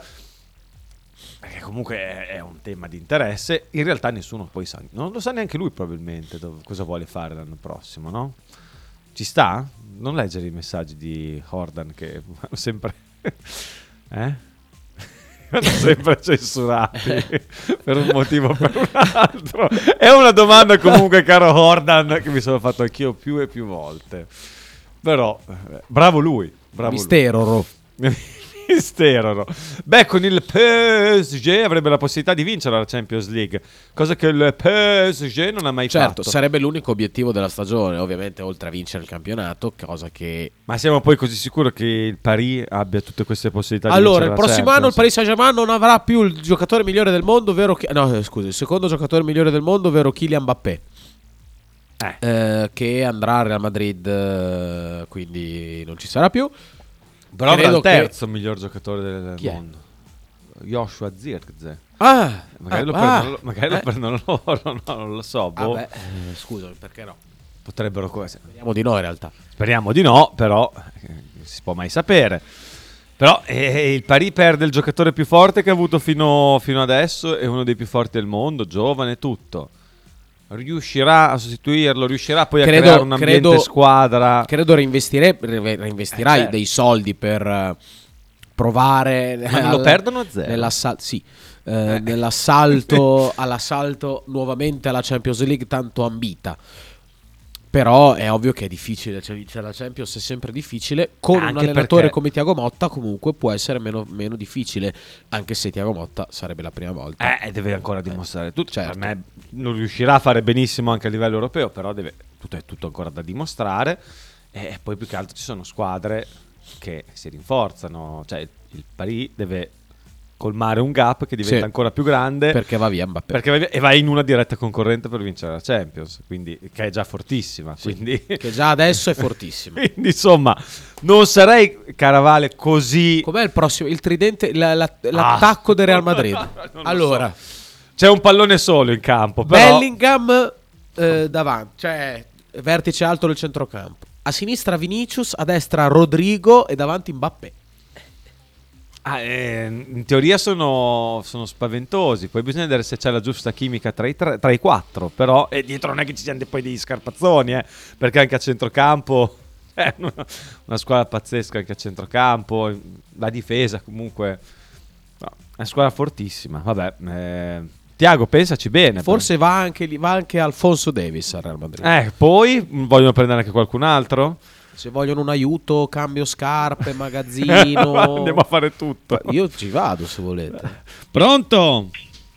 che comunque è, è un tema di interesse. In realtà nessuno poi sa, non lo sa neanche lui probabilmente dov- cosa vuole fare l'anno prossimo, no? Ci sta? Non leggere i messaggi di Jordan che vanno sempre... eh? Vanno sempre censurati per un motivo o per un altro. È una domanda comunque, caro Jordan, che mi sono fatto anch'io più e più volte. Però, eh, bravo lui. Bravo Mistero. lui. Mistero. Beh, con il P S G avrebbe la possibilità di vincere la Champions League, cosa che il P S G non ha mai Certo, fatto. sarebbe l'unico obiettivo della stagione, ovviamente, oltre a vincere il campionato, cosa che... Ma siamo poi così sicuri che il Paris abbia tutte queste possibilità di Allora, il vincere la prossimo anno il Champions? Paris Saint-Germain non avrà più il giocatore migliore del mondo, vero che... No, eh, scusi, il secondo giocatore migliore del mondo, vero Kylian Mbappé. Eh. Eh, che andrà al Real Madrid, eh, quindi non ci sarà più. Però avrà Credo il terzo miglior giocatore del Chi è? mondo, Joshua Zirkzee. Ah, Magari, ah, lo, ah, prendono, magari lo eh, prendono loro, no, non lo so. boh. vabbè, eh, scusami, perché no? Potrebbero cose. Speriamo di no in realtà. Speriamo di no, però eh, non si può mai sapere. Però eh, il Paris perde il giocatore più forte che ha avuto fino, fino adesso, è uno dei più forti del mondo, giovane e tutto. Riuscirà a sostituirlo, riuscirà poi a Credo- creare un ambiente credo- squadra. Credo reinvestire, re- reinvestirai Eh, certo. dei soldi per eh, provare Ma non lo al- perdono a zero? nell'assal- sì, eh, nell'assalto all'assalto nuovamente alla Champions League tanto ambita. Però è ovvio che è difficile, cioè vincere la Champions è sempre difficile. Con un Anche allenatore perché- come Thiago Motta comunque può essere meno, meno difficile, anche se Thiago Motta sarebbe la prima volta. Eh, deve ancora dimostrare tutto. certo. Per me non riuscirà a fare benissimo anche a livello europeo, però deve, tutto è tutto ancora da dimostrare. E poi più che altro ci sono squadre che si rinforzano. Cioè il Paris deve colmare un gap che diventa Sì. ancora più grande. Perché va via Mbappé. Perché vai via- e vai in una diretta concorrente per vincere la Champions, quindi, che è già fortissima. Quindi, Che già adesso è fortissimo. quindi, insomma, non sarei, Caravale, così. Com'è il prossimo? Il tridente, la- la- l'attacco del Real Madrid. Non lo Allora, C'è un pallone solo in campo. Però... Bellingham eh, davanti, cioè vertice alto del centrocampo. A sinistra Vinicius, a destra Rodrigo e davanti Mbappé. Ah, eh, in teoria sono, sono spaventosi. Poi bisogna vedere se c'è la giusta chimica tra i, tre, tra i quattro. Però e dietro non è che ci siano poi degli scarpazzoni, eh, perché anche a centrocampo è una, una squadra pazzesca. Anche a centrocampo, la difesa comunque no, è una squadra fortissima. Vabbè, eh, Tiago, pensaci bene. Forse va anche, lì- va anche Alfonso Davis al Real Madrid. Eh, poi vogliono prendere anche qualcun altro. Se vogliono un aiuto, cambio scarpe, magazzino. Andiamo a fare tutto. Io ci vado se volete. Pronto?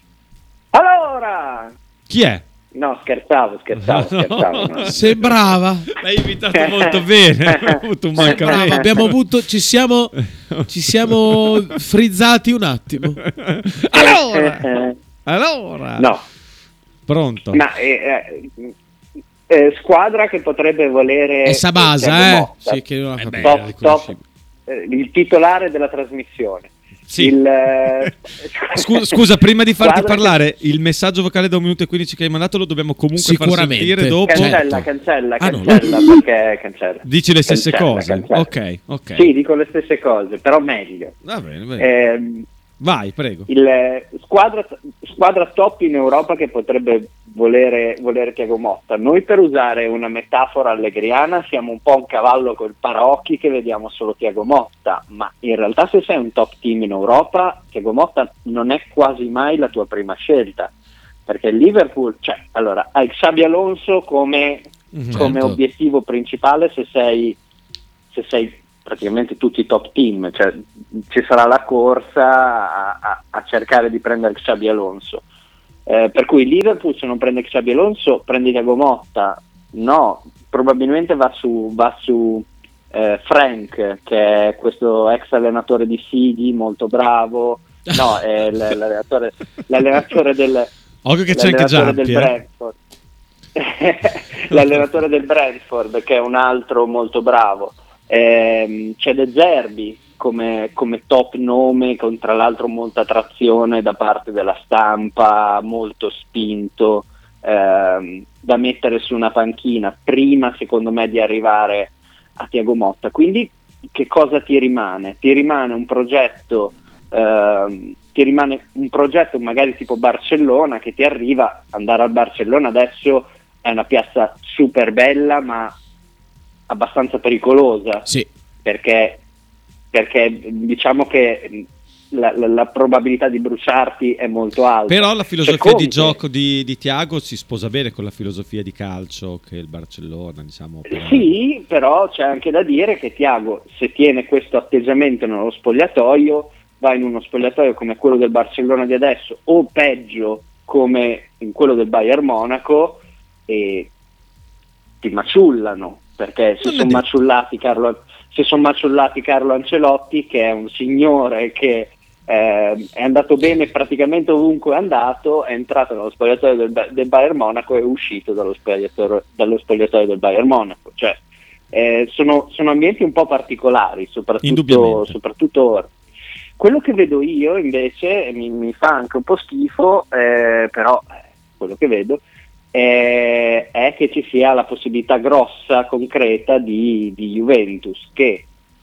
Allora, Chi è? no, scherzavo, scherzavo, scherzavo. No. Sembrava. L'hai invitato molto bene. Abbiamo avuto un Sembrava. mancamento. Abbiamo avuto, ci siamo, ci siamo frizzati un attimo. Allora, Eh, allora. no, Pronto? ma eh, eh, eh, squadra che potrebbe volere È Sabasa, Thiago eh? Motta, Sì, che non ha Eh beh, capito. top, top, riconoscibile. eh, il titolare della trasmissione. Sì. Il, eh, Scusa, scusa, prima di farti squadra che- parlare, il messaggio vocale da un minuto e quindici che hai mandato lo dobbiamo comunque far Sicuramente. sentire dopo. Cancella, Certo. cancella, Ah, no, cancella, perché cancella. Dici le stesse Cancella, cose. cancella. Ok, ok. Sì, dico le stesse cose, però meglio. Va bene, bene. Ehm, Vai, prego. il, eh, squadra, squadra top in Europa che potrebbe volere, volere Thiago Motta. Noi, per usare una metafora allegriana, siamo un po' un cavallo col paraocchi che vediamo solo Thiago Motta, ma in realtà se sei un top team in Europa, Thiago Motta non è quasi mai la tua prima scelta, perché il Liverpool, cioè, allora, hai Xabi Alonso come, Mhm. come Certo. obiettivo principale se sei, se sei praticamente tutti i top team, cioè ci sarà la corsa a, a- a cercare di prendere Xabi Alonso. Eh, per cui Liverpool, se non prende Xabi Alonso, prende Thiago Motta. No, probabilmente va su, va su eh, Frank, che è questo ex allenatore di Sidi, molto bravo. No, è l- l'allenatore, l'allenatore del Occhio che c'è anche l'allenatore del Giampi, eh. Brentford. L'allenatore del Brentford, che è un altro molto bravo. Ehm, c'è De Zerbi come, come top nome, con tra l'altro molta attrazione da parte della stampa, molto spinto, ehm, da mettere su una panchina prima, secondo me, di arrivare a Thiago Motta. Quindi che cosa ti rimane? Ti rimane un progetto ehm, ti rimane un progetto magari tipo Barcellona, che ti arriva. Andare al Barcellona adesso è una piazza super bella, ma abbastanza pericolosa, Sì. perché, perché diciamo che la, la- la probabilità di bruciarti è molto alta. Però la filosofia C'è Conte. di gioco di, di Thiago si sposa bene con la filosofia di calcio che il Barcellona, diciamo. per- Sì, però c'è anche da dire che Thiago, se tiene questo atteggiamento nello spogliatoio, va in uno spogliatoio come quello del Barcellona di adesso, o peggio come in quello del Bayern Monaco, e ti maciullano, perché se Non è sono detto. maciullati Carlo, se son maciullati Carlo Ancelotti, che è un signore che eh, è andato bene praticamente ovunque è andato, è entrato nello spogliatoio del, Ba- del Bayern Monaco e è uscito dallo spogliatoio, dallo spogliatoio del Bayern Monaco. Cioè, eh, sono, sono ambienti un po' particolari, soprattutto, Indubbiamente. soprattutto ora. Quello che vedo io invece mi, mi fa anche un po' schifo, eh, però eh, quello che vedo eh, è che ci sia la possibilità grossa, concreta di, di Juventus, che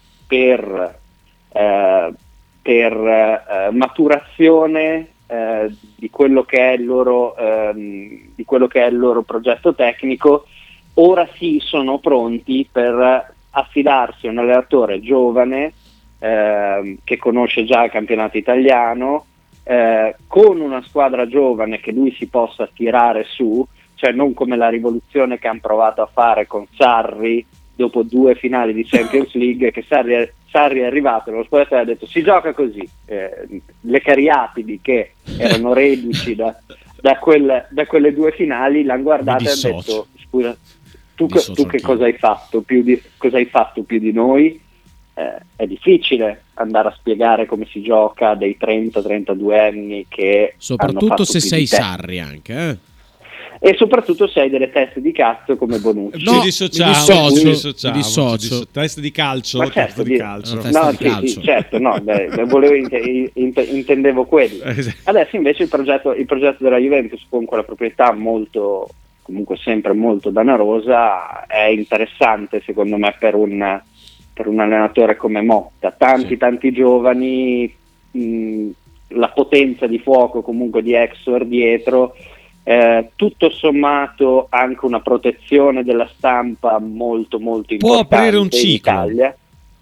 per, eh, per eh, maturazione eh, di quello che è il loro ehm, di quello che è il loro progetto tecnico, ora sì sono pronti per affidarsi a un allenatore giovane ehm, che conosce già il campionato italiano, eh, con una squadra giovane che lui si possa tirare su, cioè non come la rivoluzione che hanno provato a fare con Sarri dopo due finali di Champions League, che Sarri è, Sarri è arrivato nello spogliatoio e ha detto si gioca così. Eh, le Cariatidi, che erano reduci da, da, quel- da quelle due finali, l'hanno guardata Mi e ha dissocio. detto scusa, tu, Mi co- dissocio tu che anch'io. cosa hai fatto più di, cosa hai fatto più di noi? Eh, è difficile andare a spiegare come si gioca a dei trenta trentadue anni che hanno Soprattutto fatto se più sei di te. Sarri anche, eh. E soprattutto se hai delle teste di cazzo come Bonucci. No, ci dissociamo, mi dissocio, ci mi dissociamo, dissocio. ci disso- testa di calcio, Ma testa certo, di di- calcio. No, testa No, di sì, calcio. sì, certo, no, beh, beh, volevo inte- inte- intendevo quello. Esatto. Adesso invece il progetto, il progetto della Juventus, con quella proprietà molto, comunque sempre molto danarosa, è interessante secondo me per un, per un allenatore come Motta. Tanti Sì. tanti giovani, mh, la potenza di fuoco comunque di Exor dietro, eh, tutto sommato anche una protezione della stampa molto molto Può importante aprire un in ciclo. Italia.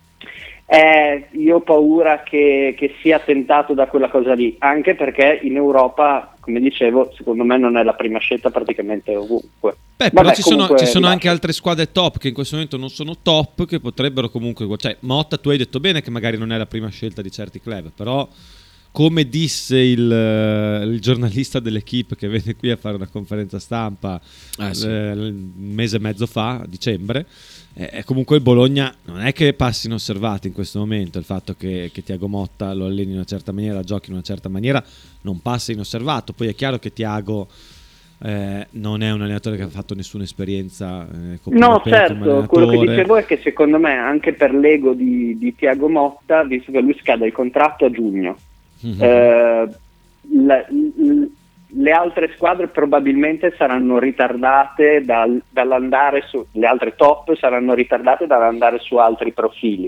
Eh, io ho paura che, che sia tentato da quella cosa lì, anche perché in Europa come dicevo, secondo me non è la prima scelta praticamente ovunque. Beh, però Vabbè, ci sono, comunque, ci sono no. anche altre squadre top che in questo momento non sono top, che potrebbero comunque, cioè Motta, tu hai detto bene che magari non è la prima scelta di certi club, però come disse il, il giornalista dell'Equipe che venne qui a fare una conferenza stampa Eh, sì. eh, un mese e mezzo fa, a dicembre, eh, comunque il Bologna non è che passi inosservati in questo momento. Il fatto che, che Thiago Motta lo alleni in una certa maniera, giochi in una certa maniera, non passa inosservato. Poi è chiaro che Thiago eh, non è un allenatore che ha fatto nessuna esperienza eh, Coppa No, Europea come certo, quello che allenatore. dicevo è che secondo me anche per l'ego di, di Thiago Motta, visto che lui scade il contratto a giugno, Mhm. eh, la- l- le altre squadre probabilmente saranno ritardate dal- dall'andare su, le altre top saranno ritardate dall'andare su altri profili.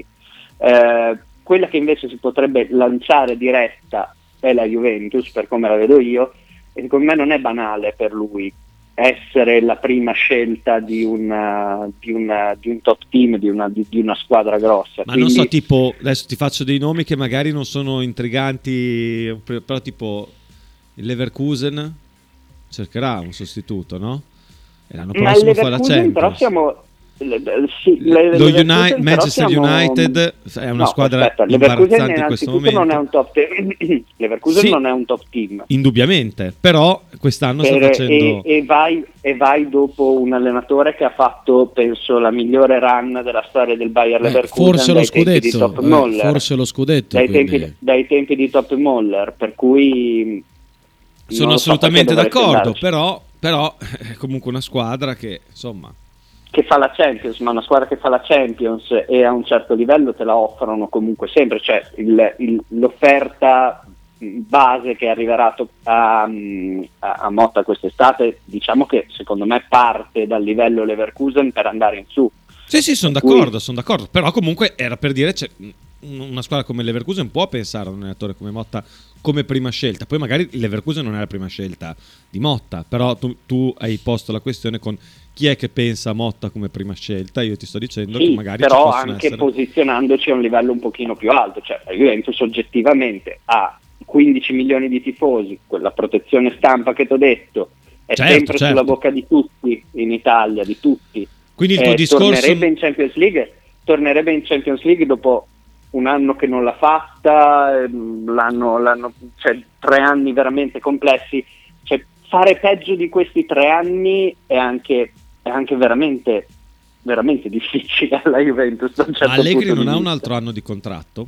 Eh, quella che invece si potrebbe lanciare diretta è la Juventus, per come la vedo io, e secondo me non è banale per lui essere la prima scelta di, una, di, una, di un top team, di una, di, di una squadra grossa. Ma Quindi- non so, tipo, adesso ti faccio dei nomi che magari non sono intriganti, però tipo il Leverkusen cercherà un sostituto, no? E l'anno Ma il prossimo fa la Leverkusen però Champions. siamo le- le- sì, le- Lo Leverkusen Uni- però Manchester siamo- United è una No, squadra aspetta, Leverkusen imbarazzante in questo innanzitutto non è momento. un top team. Leverkusen Sì. non è un top team. Indubbiamente, però quest'anno sta Per- facendo... e, e vai, e vai dopo un allenatore che ha fatto, penso, la migliore run della storia del Bayer Eh, Leverkusen forse lo dai tempi di scudetto, Top eh, Moller. forse lo scudetto. dai, quindi- tempi, dai tempi di Top Moller, per cui Sono non so assolutamente perché dovreste d'accordo, andarci. però, però è comunque una squadra che, insomma... Che fa la Champions, ma una squadra che fa la Champions e a un certo livello te la offrono comunque sempre, cioè il- il- l'offerta base che è arriverà to- a, a, a Motta quest'estate, diciamo che secondo me parte dal livello Leverkusen per andare in su. Sì, sì, sono Per cui- d'accordo, sono d'accordo. Però comunque era per dire, c'è una squadra come il Leverkusen può pensare a un allenatore come Motta come prima scelta. Poi magari il Leverkusen non è la prima scelta di Motta, però tu, tu hai posto la questione con chi è che pensa a Motta come prima scelta. Io ti sto dicendo Sì, che magari ci però possono anche essere... posizionandoci a un livello un pochino più alto, cioè la Juventus oggettivamente ha quindici milioni di tifosi, quella protezione stampa che ti ho detto è Certo, sempre certo. sulla bocca di tutti in Italia, di tutti. Quindi il tuo Eh, discorso... tornerebbe in Champions League, tornerebbe in Champions League dopo un anno che non l'ha fatta, ehm, l'anno, l'anno, cioè tre anni veramente complessi, cioè fare peggio di questi tre anni è anche, è anche veramente, veramente difficile alla Juventus da un certo Ma Allegri punto non di ha un vista. altro anno di contratto?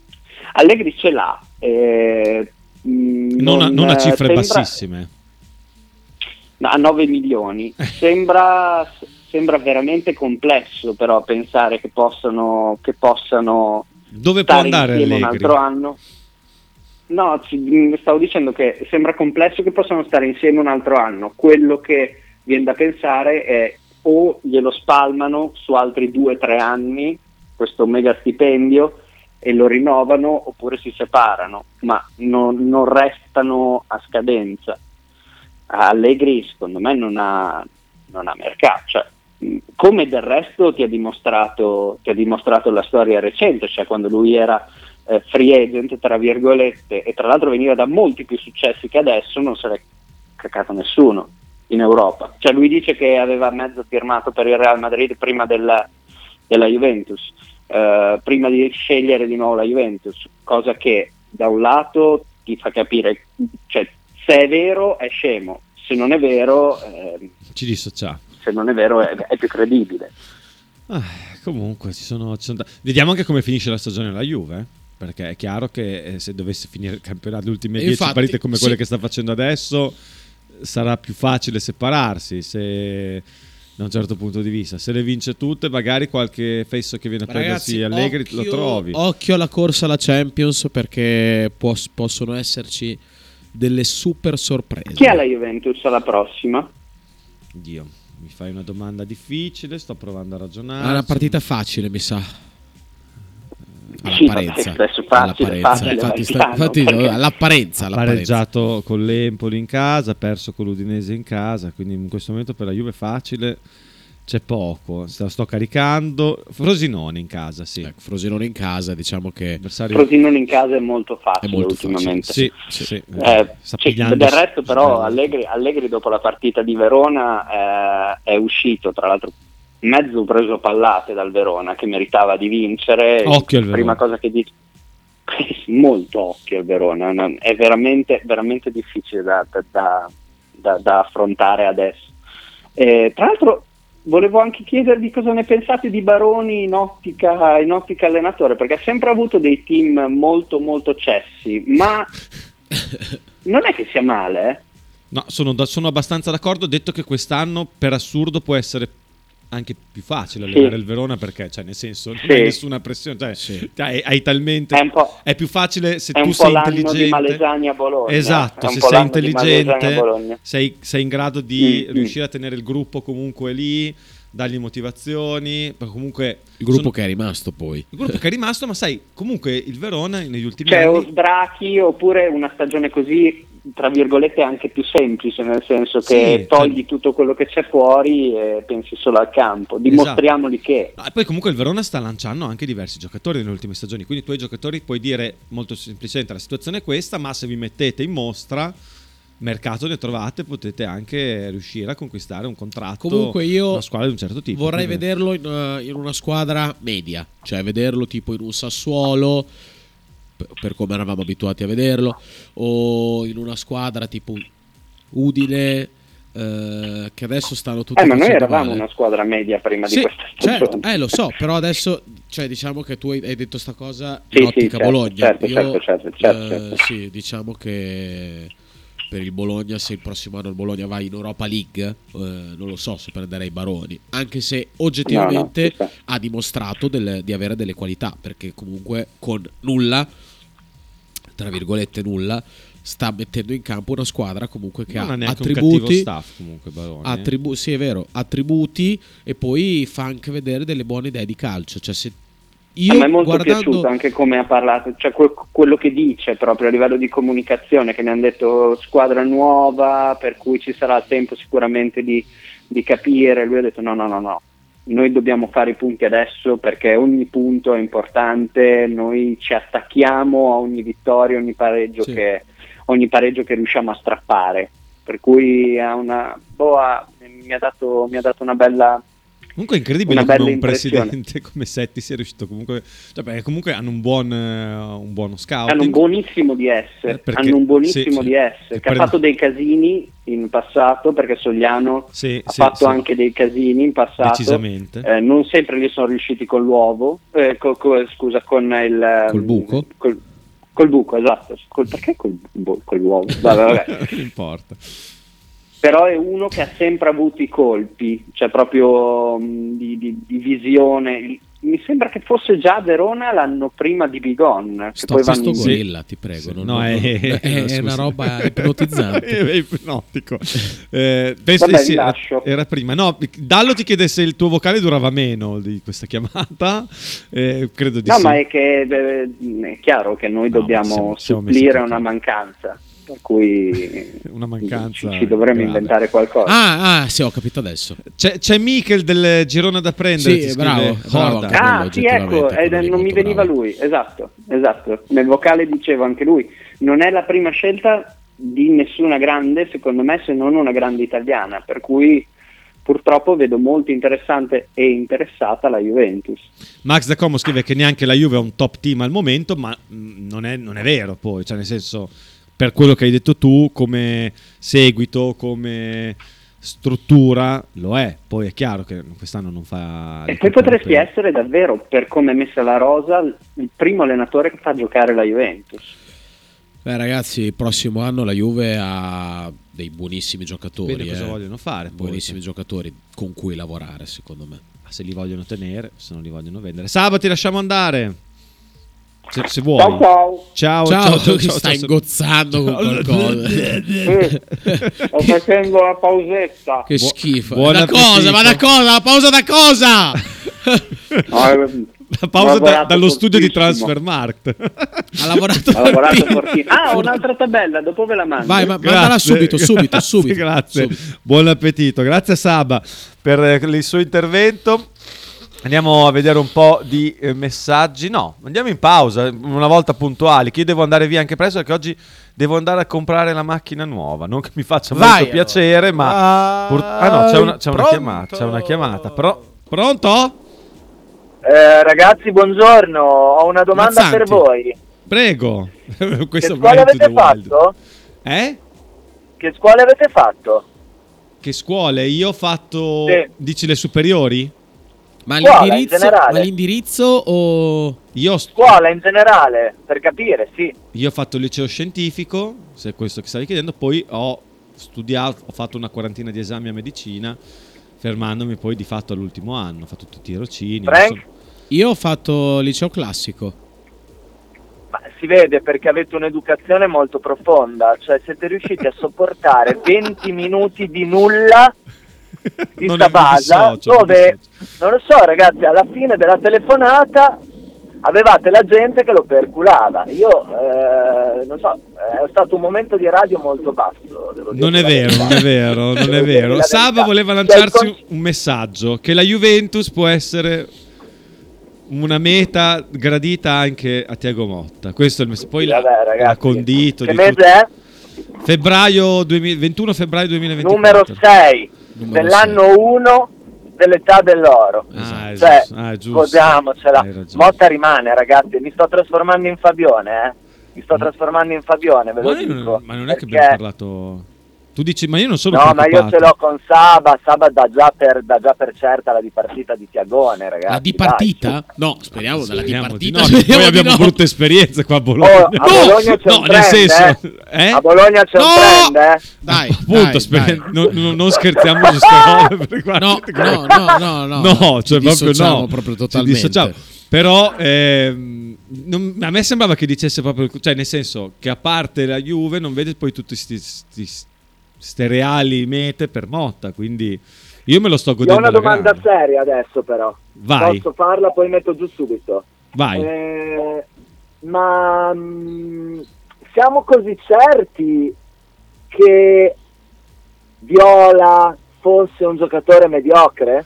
Allegri ce l'ha, eh, mh, Non, a, non a eh, cifre sembra- bassissime. no, a nove milioni. Sembra, sembra veramente complesso però pensare che possano, che possano Dove può stare andare insieme un Allegri? altro anno. No, ci- mh, stavo dicendo che sembra complesso che possano stare insieme un altro anno. Quello che viene da pensare è o glielo spalmano su altri due o tre anni, questo mega stipendio, e lo rinnovano, oppure si separano, ma non, non restano a scadenza. Allegri secondo me non ha, non ha mercato, cioè, mh, come del resto ti ha dimostrato, ti ha dimostrato la storia recente, cioè quando lui era eh, free agent tra virgolette, e tra l'altro veniva da molti più successi che adesso, non se l'è cacato nessuno in Europa. Cioè lui dice che aveva mezzo firmato per il Real Madrid prima della, della Juventus, eh, prima di scegliere di nuovo la Juventus, cosa che da un lato ti fa capire, cioè se è vero è scemo, se non è vero eh, Ci dissocia. se non è vero è, è più credibile. Ah, comunque ci sono, ci sono da- vediamo anche come finisce la stagione della Juve, eh? Perché è chiaro che eh, se dovesse finire il campionato, le ultime E dieci infatti, partite come sì. quelle che sta facendo adesso, sarà più facile separarsi se, da un certo punto di vista. Se le vince tutte, magari qualche fesso che viene a Ragazzi, prendersi Allegri lo occhio- trovi. Occhio alla corsa alla Champions, perché pos- possono esserci delle super sorprese. Chi è la Juventus alla prossima? Dio, mi fai una domanda difficile, sto provando a ragionare. È una partita facile, mi sa. Sì, All'apparenza. vabbè, adesso facile, All'apparenza. facile, Infatti, vai sta- piano, infatti, perché- all'apparenza, Ha all'apparenza. pareggiato con l'Empoli in casa, ha perso con l'Udinese in casa, quindi in questo momento per la Juve facile C'è poco, sto, sto caricando. Frosinone in casa, sì. Ecco, Frosinone in casa, diciamo che Avversario- Frosinone in casa è molto facile È molto ultimamente. Sì, sì, sì. Eh, Sta sì, pigliando- del resto però Allegri, Allegri dopo la partita di Verona eh, è uscito, tra l'altro mezzo preso pallate dal Verona che meritava di vincere. Occhio al Verona. Prima cosa che dice molto occhio al Verona, non- è veramente, veramente difficile da, da- da- da affrontare adesso. Eh, tra l'altro volevo anche chiedervi cosa ne pensate di Baroni in ottica, in ottica allenatore, perché ha sempre avuto dei team molto molto cessi, ma non è che sia male, eh? No, sono, da- sono abbastanza d'accordo. Detto che quest'anno, per assurdo, può essere anche più facile allenare Sì. il Verona, perché, cioè, nel senso, non Sì. hai nessuna pressione. Cioè, hai, hai talmente. È un po', È più facile se è un tu po' sei l'anno di intelligente. Malesania a Bologna. Esatto, È un se po' sei l'anno di Malesania a intelligente, Bologna. sei, sei in grado di Mm, riuscire a tenere il gruppo comunque lì, dargli motivazioni. Perché comunque il gruppo sono- che è rimasto poi. il gruppo che è rimasto, ma sai, comunque il Verona negli ultimi Cioè o anni. sbrachi oppure una stagione così tra virgolette anche più semplice, nel senso che Sì, togli cioè- tutto quello che c'è fuori e pensi solo al campo, dimostriamoli che Ah, poi comunque il Verona sta lanciando anche diversi giocatori nelle ultime stagioni, quindi tu ai giocatori puoi dire molto semplicemente la situazione è questa, ma se vi mettete in mostra mercato ne trovate, potete anche riuscire a conquistare un contratto, Comunque io una squadra di un certo tipo. vorrei Quindi- vederlo in, uh, in una squadra media, cioè vederlo tipo in un Sassuolo, per, per come eravamo abituati a vederlo, o in una squadra tipo Udine, eh, che adesso stanno tutti eh, ma noi facendo eravamo male. una squadra media prima Sì, di questa stagione. certo, eh, lo so, però adesso, cioè, diciamo che tu hai, hai detto sta cosa Sì, in sì, ottica certo, Bologna. certo, Io, certo, certo, certo, eh, certo. sì, diciamo che per il Bologna, se il prossimo anno il Bologna va in Europa League, eh, non lo so se prenderei Baroni, anche se oggettivamente No, no, ci sta. ha dimostrato delle- di avere delle qualità, perché comunque con nulla, tra virgolette nulla, sta mettendo in campo una squadra comunque che Non ha ha neanche un cattivo attributi, staff comunque Baroni, eh. attribu- sì è vero, attributi, e poi fa anche vedere delle buone idee di calcio, cioè se io A me è molto guardando piaciuto anche come ha parlato, cioè que- quello che dice proprio a livello di comunicazione, che ne hanno detto squadra nuova, per cui ci sarà tempo sicuramente di, di capire. Lui ha detto no, no, no, no, noi dobbiamo fare i punti adesso perché ogni punto è importante, noi ci attacchiamo a ogni vittoria, ogni pareggio, Sì. che, ogni pareggio che riusciamo a strappare. Per cui ha una, boh, ha- mi, ha dato, mi ha dato una bella... Comunque è incredibile Una come bella un impressione. presidente come Setti sia riuscito comunque, cioè, perché comunque hanno un buon eh, un buono scouting. Hanno un buonissimo D S, Eh, perché- hanno un buonissimo sì, sì. D S Che che ha prende- fatto dei casini in passato, perché Sogliano Sì, ha sì, fatto sì. anche dei casini in passato. Decisamente. Eh, non sempre gli sono riusciti con l'uovo, eh, co- co- scusa, con il Col buco? Col, col buco, esatto. Col, perché col, bu- con l'uovo? Vabbè, vabbè. Non importa. Però è uno che ha sempre avuto i colpi, cioè proprio mh, di, di- di visione. Mi sembra che fosse già a Verona l'anno prima di Bigon. Che sto poi sto vanno in- gorilla, ti prego, Sì, non- no, non- è, è- è scusa. una roba ipnotizzante. è ipnotico. Eh, penso Vabbè, di sì, vi era, lascio. era prima. No, Dallo ti chiede se il tuo vocale durava meno di questa chiamata. Eh, credo di No, sì. ma è che eh, è chiaro che noi No, dobbiamo siamo- siamo messi supplire a tutti. una mancanza, per cui Una mancanza ci, ci dovremmo grave. inventare qualcosa. Ah, ah, sì, ho capito adesso. C'è, c'è Michel del girone da prendere. Sì, ti scrive bravo, bravo Horda. anche Ah, quello, sì, ecco, oggettivamente, eh, quello lì non mi molto veniva bravo. lui, esatto, esatto. Nel vocale diceva anche lui, non è la prima scelta di nessuna grande, secondo me, se non una grande italiana, per cui purtroppo vedo molto interessante e interessata la Juventus. Max da Como scrive che neanche la Juve è un top team al momento, ma mh, non è, non è vero poi, cioè nel senso, per quello che hai detto tu, come seguito, come struttura, lo è. Poi è chiaro che quest'anno non fa... E poi potresti essere davvero, per come è messa la rosa, il primo allenatore che fa giocare la Juventus. Beh, ragazzi, il prossimo anno la Juve ha dei buonissimi giocatori. Vede cosa eh. vogliono fare, poi. Buonissimi giocatori con cui lavorare, secondo me. Se li vogliono tenere, se non li vogliono vendere. Saba, ti lasciamo andare. Se, se vuoi. Ciao ciao. Ciao, Ciao, ciao, ciao, ti ciao, stai ciao. ingozzando con qualcosa. Sì, sto facendo la pausetta. Che Bu- schifo. buon Da cosa? appetito. Ma da cosa? La pausa da cosa? No, La pausa da, dallo studio di Transfermarkt. Ha lavorato, ha lavorato fortissimo. Ah, un'altra tabella, dopo ve la mando. Vai, ma mandala subito, subito, grazie, subito. Grazie, subito. Buon appetito. Grazie a Saba per il suo intervento. Andiamo a vedere un po' di eh, messaggi. No, andiamo in pausa, una volta puntuali, che io devo andare via anche presto perché oggi devo andare a comprare la macchina nuova. Non che mi faccia Vai, molto piacere, ma... Pur... Ah no, c'è una, c'è una chiamata, c'è una chiamata. Però... Pronto? Eh, ragazzi, buongiorno, ho una domanda Mazzanti. per voi. Prego. Che scuole avete fatto? Eh? Che scuole avete fatto? Che scuole? Io ho fatto... Sì. Dici le superiori? Ma Scuola, l'indirizzo, in generale. ma l'indirizzo o... Io ho, Scuola in generale, per capire, sì. io ho fatto il liceo scientifico, se è questo che stavi chiedendo, poi ho studiato, ho fatto una quarantina di esami a medicina, fermandomi poi di fatto all'ultimo anno, ho fatto tutti i tirocini. Frank? insomma. Io ho fatto liceo classico. Ma si vede perché avete un'educazione molto profonda, cioè siete riusciti a sopportare venti minuti di nulla di Non sta mi basa, dissocio, non mi dove, non lo so ragazzi, alla fine della telefonata avevate la gente che lo perculava. Io, eh, non so, è stato un momento di radio molto basso. Devo Non dire è vero, non è vero, non è Devo dire vero. la Saba verità. voleva Cioè, lanciarsi il con- un messaggio, che la Juventus può essere una meta gradita anche a Thiago Motta. Questo è il messaggio. Poi Vabbè, l'ha, ragazzi, l'ha condito. Che di mese tutto. è? Febbraio duemila ventuno febbraio duemilaventiquattro. Numero sei Numero dell'anno uno dell'età dell'oro. Ah, è Cioè, giusto. Ah, è giusto. godiamocela. Hai ragione. Motta rimane, ragazzi. Mi sto trasformando in Fabione, eh. Mi sto trasformando in Fabione, ve lo Ma, noi dico. non, ma non è che perché- abbiamo parlato. Tu dici, ma io non sono No, ma io preoccupato. ce l'ho con Saba. Saba dà già per, dà già per certa la dipartita di Tiagone, ragazzi. La di dai, partita? No, speriamo della di Speriamo di partita. no, speriamo poi di abbiamo no. brutte esperienze qua a su. Bologna. Oh, a Bologna c'è no, un nel trend, senso, eh. eh? A Bologna c'è No! un trend, eh. Dai, Appunto, dai, speri- dai. non, non- non scherziamo su queste robe. perché guarda, No, tutte no, quelle- no, no, no. No, cioè Ci proprio dissociamo no. proprio Ci totalmente. dissociamo. Però ehm, non- a me sembrava che dicesse proprio, cioè nel senso che a parte la Juve non vede poi tutti queste reali mete per Motta, quindi io me lo sto Io ho godendo una alla domanda grande. seria adesso, però. Vai. Posso farla, poi metto giù subito. Vai. Eh, ma mh, siamo così certi che Viola fosse un giocatore mediocre?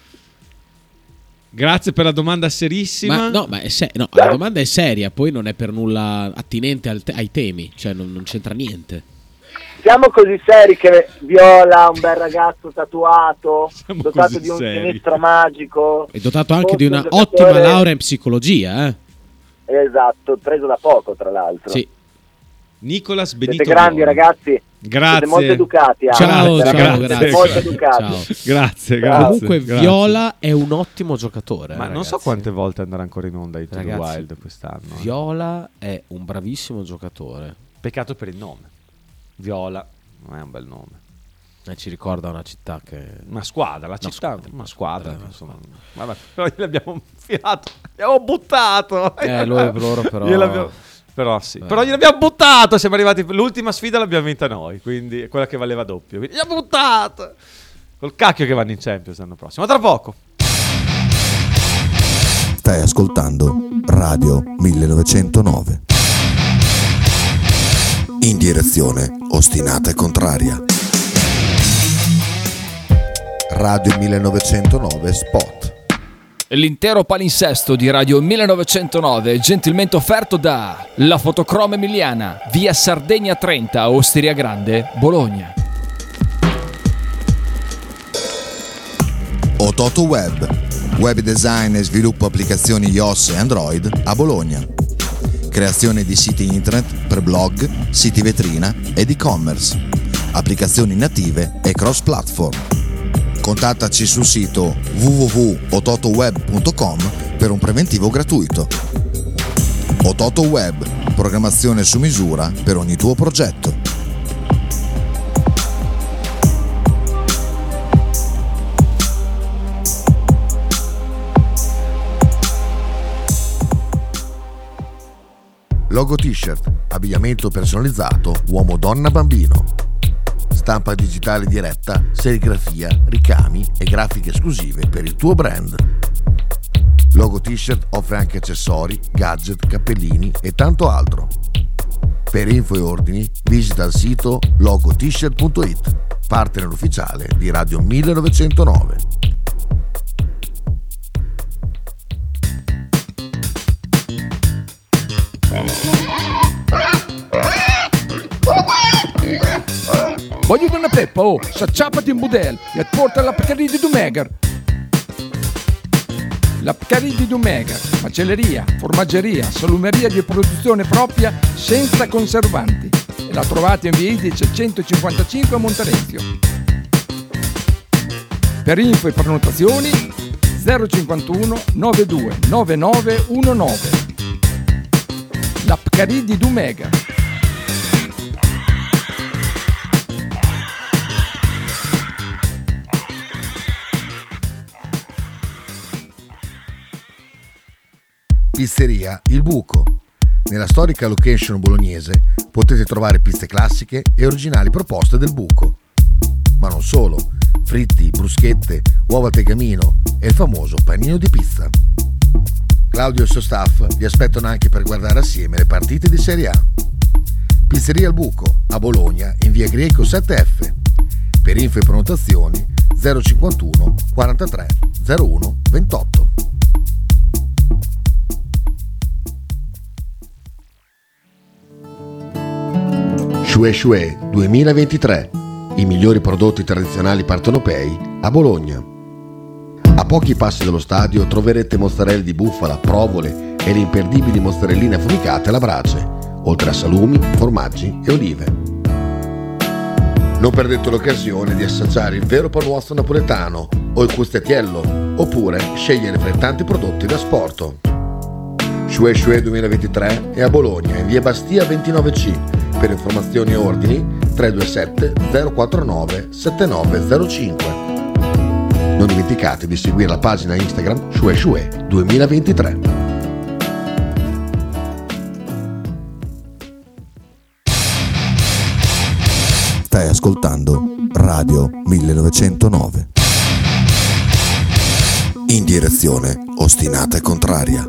Grazie per la domanda serissima. Ma no, ma è se- no, la domanda è seria, poi non è per nulla attinente al te- ai temi, cioè non, non c'entra niente. Siamo così seri che Viola, un bel ragazzo tatuato, Siamo dotato così di un seri. sinistro magico. È dotato anche fosse di un una giocatore- ottima laurea in psicologia, eh? Esatto, preso da poco tra l'altro. Sì. Nicolas Benito Siete grandi Viola. ragazzi, Grazie. siete molto educati. anche, Ciao, veramente, ciao, siete grazie. molto educati. Ciao. Grazie, Ciao. grazie. Comunque grazie. Viola è un ottimo giocatore. Ma eh, non so ragazzi. quante volte andrà ancora in onda Into the Ragazzi, Wild quest'anno. eh. Viola è un bravissimo giocatore. Peccato per il nome. Viola non è un bel nome. Eh, ci ricorda una città che... Una squadra, la No, città, squadra, una squadra. squadra, insomma. Vabbè, però gliel'abbiamo infilato, l'abbiamo buttato. Eh, lo- loro però- Gliel'abbiamo- Però sì, Eh. però gliel'abbiamo buttato. Siamo arrivati. L'ultima sfida l'abbiamo vinta noi, quindi è quella che valeva doppio. Quindi l'abbiamo buttato. Col cacchio che vanno in Champions l'anno prossimo. Ma tra poco. Stai ascoltando Radio millenovecentonove. In direzione ostinata e contraria. Radio millenovecentonove Spot. L'intero palinsesto di Radio millenovecentonove è gentilmente offerto da La Fotocroma Emiliana, via Sardegna trenta, Osteria Grande, Bologna. Ototo Web, web design e sviluppo applicazioni iOS e Android a Bologna. Creazione di siti internet per blog, siti vetrina ed e-commerce, applicazioni native e cross-platform. Contattaci sul sito w w w punto ototoweb punto com per un preventivo gratuito. Ototo Web, programmazione su misura per ogni tuo progetto. Logo t-shirt, abbigliamento personalizzato uomo, donna, bambino. Stampa digitale diretta, serigrafia, ricami e grafiche esclusive per il tuo brand. Logo T-shirt offre anche accessori, gadget, cappellini e tanto altro. Per info e ordini visita il sito logo t shirt punto it, partner ufficiale di Radio millenovecentonove. Voglio una peppa, oh, s'acciappati in budel e porta la Pcaridi di Dumegar. La Pcaridi di Dumegar, macelleria, formaggeria, salumeria di produzione propria senza conservanti. E la trovate in via Idice centocinquantacinque a Monterezio. Per info e prenotazioni zero cinquantuno novantadue novantanove diciannove. La Pcaridi di Dumegar. Pizzeria Il Buco. Nella storica location bolognese potete trovare pizze classiche e originali proposte del Buco. Ma non solo, fritti, bruschette, uova al tegamino e il famoso panino di pizza. Claudio e il suo staff vi aspettano anche per guardare assieme le partite di Serie A. Pizzeria Il Buco, a Bologna, in via Greco sette F. Per info e prenotazioni zero cinquantuno quarantatré zero uno ventotto. Shue Shue duemilaventitré. I migliori prodotti tradizionali partenopei a Bologna. A pochi passi dallo stadio troverete mozzarella di bufala, provole e le imperdibili mozzarelline affumicate alla brace, oltre a salumi, formaggi e olive. Non perdete l'occasione di assaggiare il vero panuozzo napoletano o il custettiello, oppure scegliere fra i tanti prodotti da sporto. Shue Shue duemilaventitré è a Bologna, in via Bastia ventinove C. Per informazioni e ordini tre due sette zero quattro nove sette nove zero cinque. Non dimenticate di seguire la pagina Instagram Shue Shue duemilaventitré. Stai ascoltando Radio millenovecentonove. In direzione ostinata e contraria.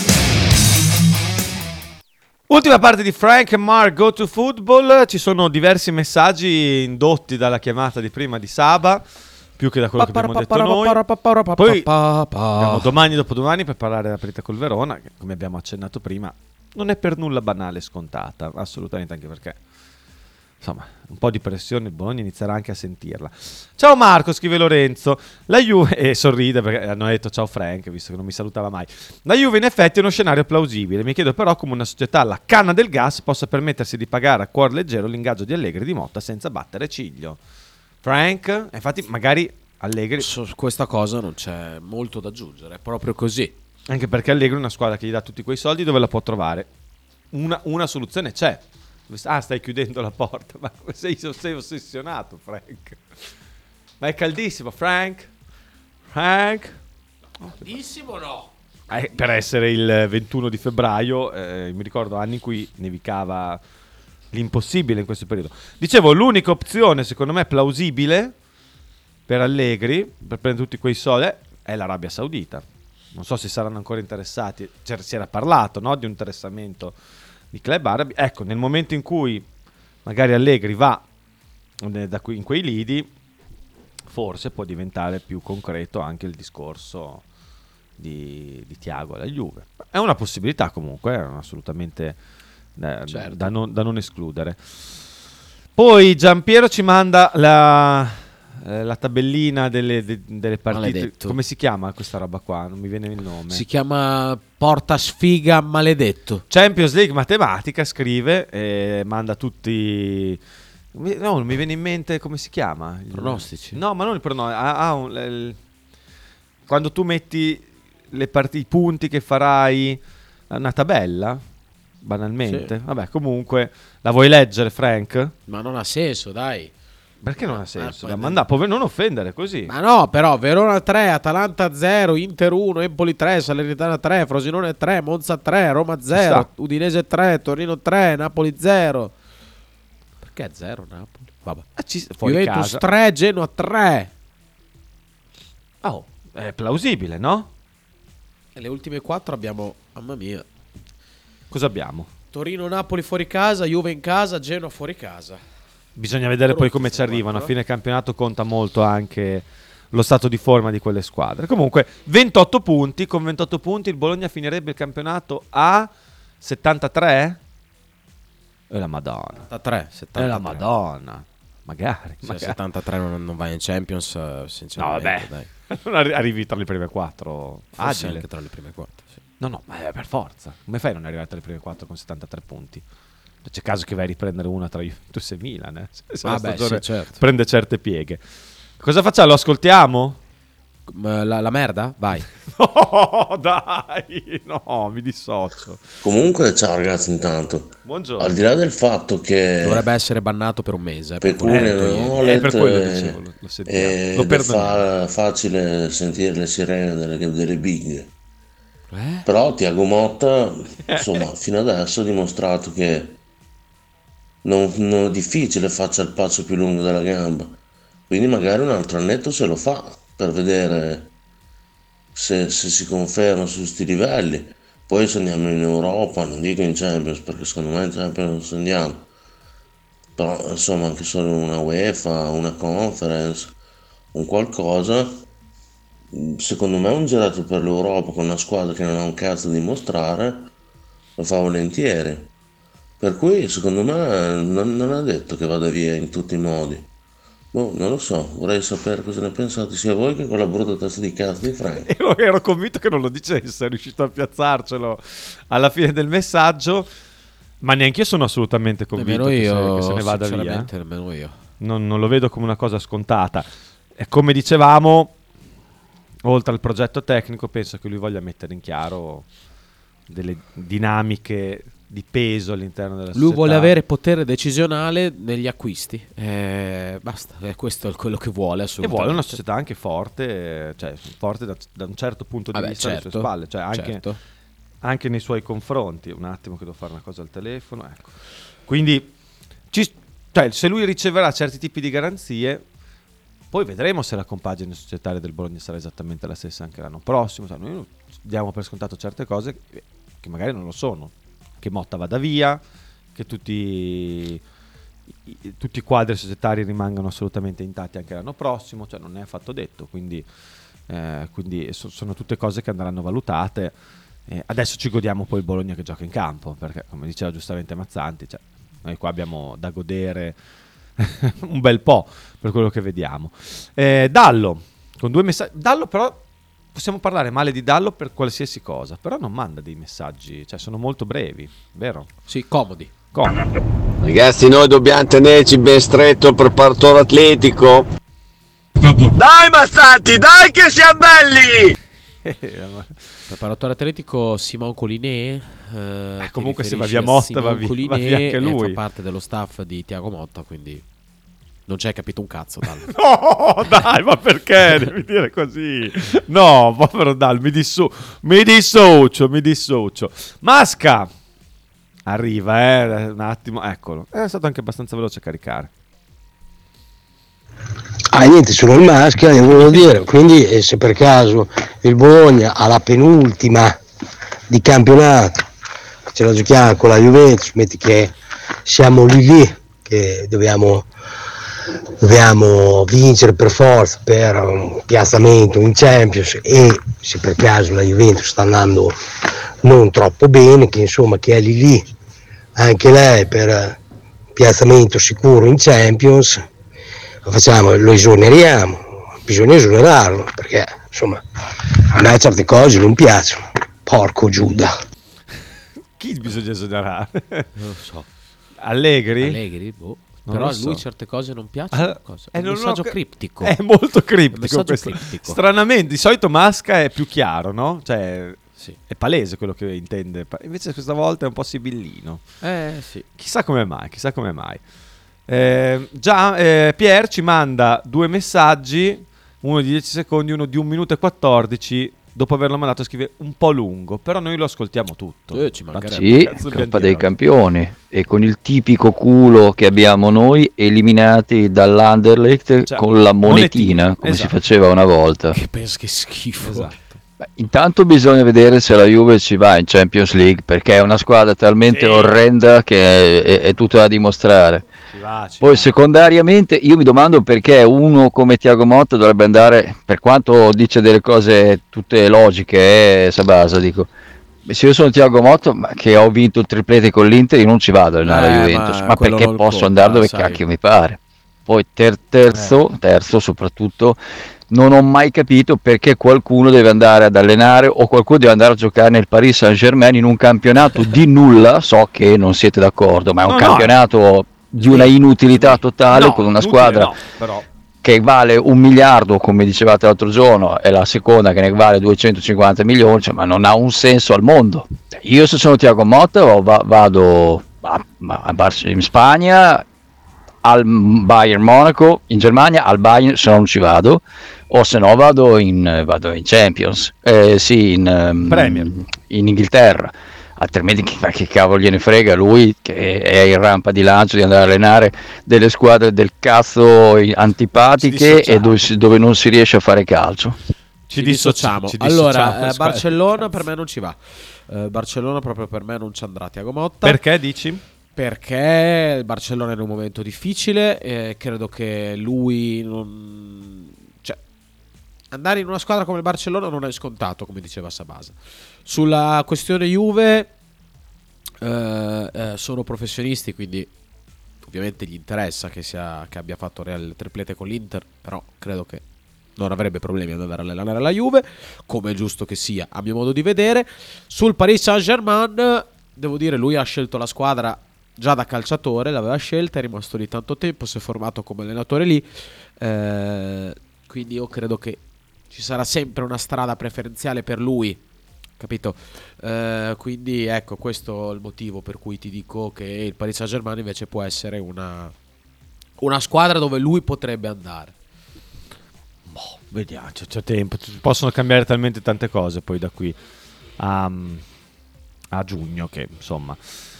Ultima parte di Frank and Mark Go to Football. Ci sono diversi messaggi indotti dalla chiamata di prima di Saba, più che da quello che abbiamo detto noi. Poi abbiamo domani e dopodomani per parlare della partita col Verona, che come abbiamo accennato prima non è per nulla banale e scontata, assolutamente, anche perché insomma un po' di pressione il Bologna inizierà anche a sentirla. Ciao Marco, scrive Lorenzo. La Juve, e sorride perché hanno detto ciao Frank, visto che non mi salutava mai. La Juve in effetti è uno scenario plausibile. Mi chiedo però come una società alla canna del gas possa permettersi di pagare a cuor leggero l'ingaggio di Allegri e di Motta senza battere ciglio. Frank, infatti magari Allegri, su questa cosa non c'è molto da aggiungere, è proprio così. Anche perché Allegri è una squadra che gli dà tutti quei soldi, dove la può trovare? Una, una soluzione c'è. Ah, stai chiudendo la porta, ma sei, sei ossessionato, Frank. Ma è caldissimo, Frank. Frank. Caldissimo no. Eh, per essere il ventuno di febbraio, eh, mi ricordo anni in cui nevicava l'impossibile in questo periodo. Dicevo, l'unica opzione, secondo me, plausibile per Allegri, per prendere tutti quei soldi, è l'Arabia Saudita. Non so se saranno ancora interessati. C'era, si era parlato, no, di un interessamento di club arabi. Ecco, nel momento in cui magari Allegri va da qui, in quei lidi, forse può diventare più concreto anche il discorso di, di Thiago alla Juve. È una possibilità comunque, è assolutamente eh, certo. da, non, da non escludere. Poi Giampiero ci manda la, eh, la tabellina delle, de, delle partite. Maledetto. Come si chiama questa roba qua? Non mi viene il nome. Si chiama Porta Sfiga Maledetto. Champions League Matematica, scrive, e manda tutti. No, non mi viene in mente come si chiama. Il... Pronostici. No, ma non il pronostico. Ah, ah, un, il... Quando tu metti le part- i punti che farai, una tabella, banalmente. Sì. Vabbè, comunque, la vuoi leggere, Frank? Ma non ha senso, dai. Perché non ha senso? Ah, Da poi- mandare, può non offendere così. Ma no, però Verona tre, Atalanta zero, Inter uno, Empoli tre, Salernitana tre, Frosinone tre, Monza tre, Roma zero, Udinese tre, Torino tre, Napoli zero. Perché zero Napoli? Vabbè. Ah, ci- fuori Juventus casa. tre, Genoa tre. Oh, è plausibile, no? E le ultime quattro abbiamo, mamma mia, Cosa abbiamo? Torino-Napoli fuori casa, Juve in casa, Genoa fuori casa. Bisogna vedere poi come ci arrivano. A fine campionato conta molto anche lo stato di forma di quelle squadre. Comunque ventotto punti, con ventotto punti il Bologna finirebbe il campionato a settantatré? E la Madonna. settantatré, settantatré. E la Madonna. Magari, Se magari. a settantatré non, non vai in Champions, eh, No, sinceramente, vabbè. dai. Non arri- arrivi tra le prime quattro. Forse Agile. anche tra le prime quattro, sì. No, no, ma è per forza. Come fai a non arrivare tra le prime quattro con settantatré punti? C'è caso che vai a riprendere una tra Juventus e Milan, eh? Se se la Ah, beh, stagione sì, certo. prende certe pieghe. Cosa facciamo? Lo ascoltiamo? La, la merda? Vai. No, dai, no, mi dissocio. Comunque, ciao ragazzi, intanto. Buongiorno. Al di là del fatto che Dovrebbe essere bannato per un mese. Per Pecunia quello non ho ho Eh, per letto quello e- dicevo, lo- lo sentiamo. ed Lo è perdoniamo. fa- facile sentire le sirene delle, delle big. Eh? Però Tiago Motta, insomma, fino adesso ha dimostrato che non, non è difficile faccia il passo più lungo della gamba. Quindi magari un altro annetto se lo fa per vedere se, se si conferma su questi livelli. Poi se andiamo in Europa, non dico in Champions, perché secondo me in Champions andiamo. Però insomma anche solo una UEFA, una Conference, un qualcosa, secondo me un girato per l'Europa con una squadra che non ha un cazzo da dimostrare lo fa volentieri. Per cui secondo me non, non è detto che vada via in tutti i modi. Boh, non lo so, vorrei sapere cosa ne pensate sia voi che con la brutta testa di cazzo di Frank. Ero, ero convinto che non lo dicesse, è riuscito a piazzarcelo alla fine del messaggio. Ma neanche io sono assolutamente convinto Nemmeno che, se, io, che se ne vada via. sinceramente, nemmeno io. Non, non lo vedo come una cosa scontata. E come dicevamo, oltre al progetto tecnico, penso che lui voglia mettere in chiaro delle dinamiche di peso all'interno della società. Lui vuole avere potere decisionale negli acquisti. Eh, basta, eh, questo è quello che vuole E assolutamente. vuole una società anche forte, cioè forte da, da un certo punto di Vabbè, vista alle certo, sue spalle, cioè anche, certo. anche nei suoi confronti. Un attimo che devo fare una cosa al telefono, ecco. Quindi ci- cioè, se lui riceverà certi tipi di garanzie, poi vedremo se la compagine societaria del Bologna sarà esattamente la stessa anche l'anno prossimo. Cioè, noi diamo per scontato certe cose che, che magari non lo sono. Che Motta vada via, che tutti i, tutti i quadri societari rimangano assolutamente intatti anche l'anno prossimo, cioè non è affatto detto, quindi, eh, quindi so- sono tutte cose che andranno valutate. Eh, adesso ci godiamo poi il Bologna che gioca in campo, perché come diceva giustamente Mazzanti, cioè, noi qua abbiamo da godere un bel po' per quello che vediamo. Eh, Dallo, con due messaggi. Dallo però possiamo parlare male di Dallo per qualsiasi cosa, però non manda dei messaggi, cioè sono molto brevi, vero? Sì, comodi. Comodi. Ragazzi, noi dobbiamo tenerci ben stretto il preparatore atletico. Dai Mazzanti, dai che siamo belli! Preparatore atletico Simon Collinet. Eh, Eh, comunque ti se va riferisci via a Motta, Simon va via- va Collinet via anche e lui. fa parte dello staff di Tiago Motta, quindi non ci hai capito un cazzo. Dallo. No, dai, ma perché devi dire così? No, povero Dal, mi, disso- mi dissocio, mi dissocio. Masca arriva, eh, un attimo, eccolo. È stato anche abbastanza veloce a caricare. Ah, niente, sono il Masca, io volevo dire, quindi eh, se per caso il Bologna ha la penultima di campionato, ce la giochiamo con la Juventus, metti che siamo lì lì, che dobbiamo, dobbiamo vincere per forza per un piazzamento in Champions, e se per caso la Juventus sta andando non troppo bene, che insomma che è lì lì anche lei per piazzamento sicuro in Champions, lo facciamo, lo esoneriamo, bisogna esonerarlo, perché insomma a me certe cose non piacciono, porco Giuda. Chi bisogna esonerare? Non lo so. Allegri? Allegri, boh. Non Però lo a lui so. certe cose non piacciono. Ah, cosa? eh, È un non messaggio ho ca- criptico. È molto Un criptico messaggio questo. criptico. Stranamente, di solito Masca è più chiaro, no? Cioè, è palese quello che intende. Invece questa volta è un po' sibillino. Eh sì. Chissà come mai, chissà come mai. Eh, già eh, Pier ci manda due messaggi, uno di dieci secondi, uno di un minuto e quattordici. Dopo averlo mandato scrive un po' lungo, però noi lo ascoltiamo tutto. Eh, ci mancherebbe. Sì, Cazzo dobbiamo Coppa dire? dei Campioni, e con il tipico culo che abbiamo noi, eliminati dall'Anderlecht Cioè, con la monetina, monetina, come esatto. si faceva una volta. Che penso che schifo. Esatto. Beh, Intanto bisogna vedere se la Juve ci va in Champions League, perché è una squadra talmente Sì. orrenda che è, è tutto da dimostrare. Ci va, ci Poi va. secondariamente io mi domando perché uno come Thiago Motta dovrebbe andare, per quanto dice delle cose tutte logiche, eh, Sabasa, dico, se io sono Thiago Motta, ma che ho vinto il triplete con l'Inter, io non ci vado a allenare Eh, la Juventus, ma ma quello perché non posso conta, andare dove sai. cacchio mi pare. Poi ter- terzo, Eh. terzo soprattutto, non ho mai capito perché qualcuno deve andare ad allenare o qualcuno deve andare a giocare nel Paris Saint-Germain in un campionato di nulla. So che non siete d'accordo, ma è un No, no, campionato di una inutilità totale, No, con una inutile squadra no, però. che vale un miliardo, come dicevate l'altro giorno, e la seconda che ne vale duecentocinquanta milioni, cioè, ma non ha un senso al mondo. Io se sono Thiago Motta o va- vado a, a Bar- in Spagna, al Bayern Monaco, in Germania al Bayern, se no non ci vado, o se no vado in, vado in Champions, eh, sì, in, ehm, Premier. in Inghilterra. Altrimenti che, che cavolo gliene frega lui che è in rampa di lancio di andare a allenare delle squadre del cazzo antipatiche e dove, si- dove non si riesce a fare calcio. Ci, dissocia- dissociamo. ci dissociamo Allora, dalle eh, squadre. Barcellona per me non ci va. Eh, Barcellona proprio per me non ci andrà Thiago Motta. Perché dici? Perché il Barcellona è in un momento difficile e credo che lui non... cioè, andare in una squadra come il Barcellona non è scontato, come diceva Sabasa. Sulla questione Juve, eh, eh, sono professionisti, quindi ovviamente gli interessa che, sia, che abbia fatto Real triplete con l'Inter, però credo che non avrebbe problemi ad andare a allenare la Juve, come è giusto che sia, a mio modo di vedere. Sul Paris Saint-Germain, devo dire, lui ha scelto la squadra già da calciatore, l'aveva scelta, è rimasto lì tanto tempo, si è formato come allenatore lì, eh, quindi io credo che ci sarà sempre una strada preferenziale per lui, capito? Eh, quindi ecco, questo è il motivo per cui ti dico che il Paris Saint-Germain invece può essere una, una squadra dove lui potrebbe andare. Boh, vediamo, c'è, c'è tempo. Possono cambiare talmente tante cose poi da qui a, a giugno che insomma.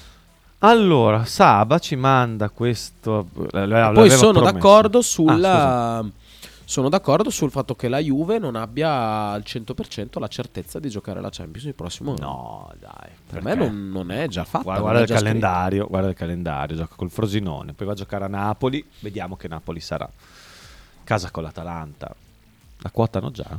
Allora, Saba ci manda questo. E poi sono d'accordo sulla. Ah, sono d'accordo sul fatto che la Juve non abbia al cento per cento la certezza di giocare la Champions il prossimo anno. No, dai. Per perché? me non, non è già fatta. Guarda, non guarda è il già scritto. calendario, guarda il calendario, gioca col Frosinone, poi va a giocare a Napoli, vediamo che Napoli sarà. Casa con l'Atalanta. La quotano già?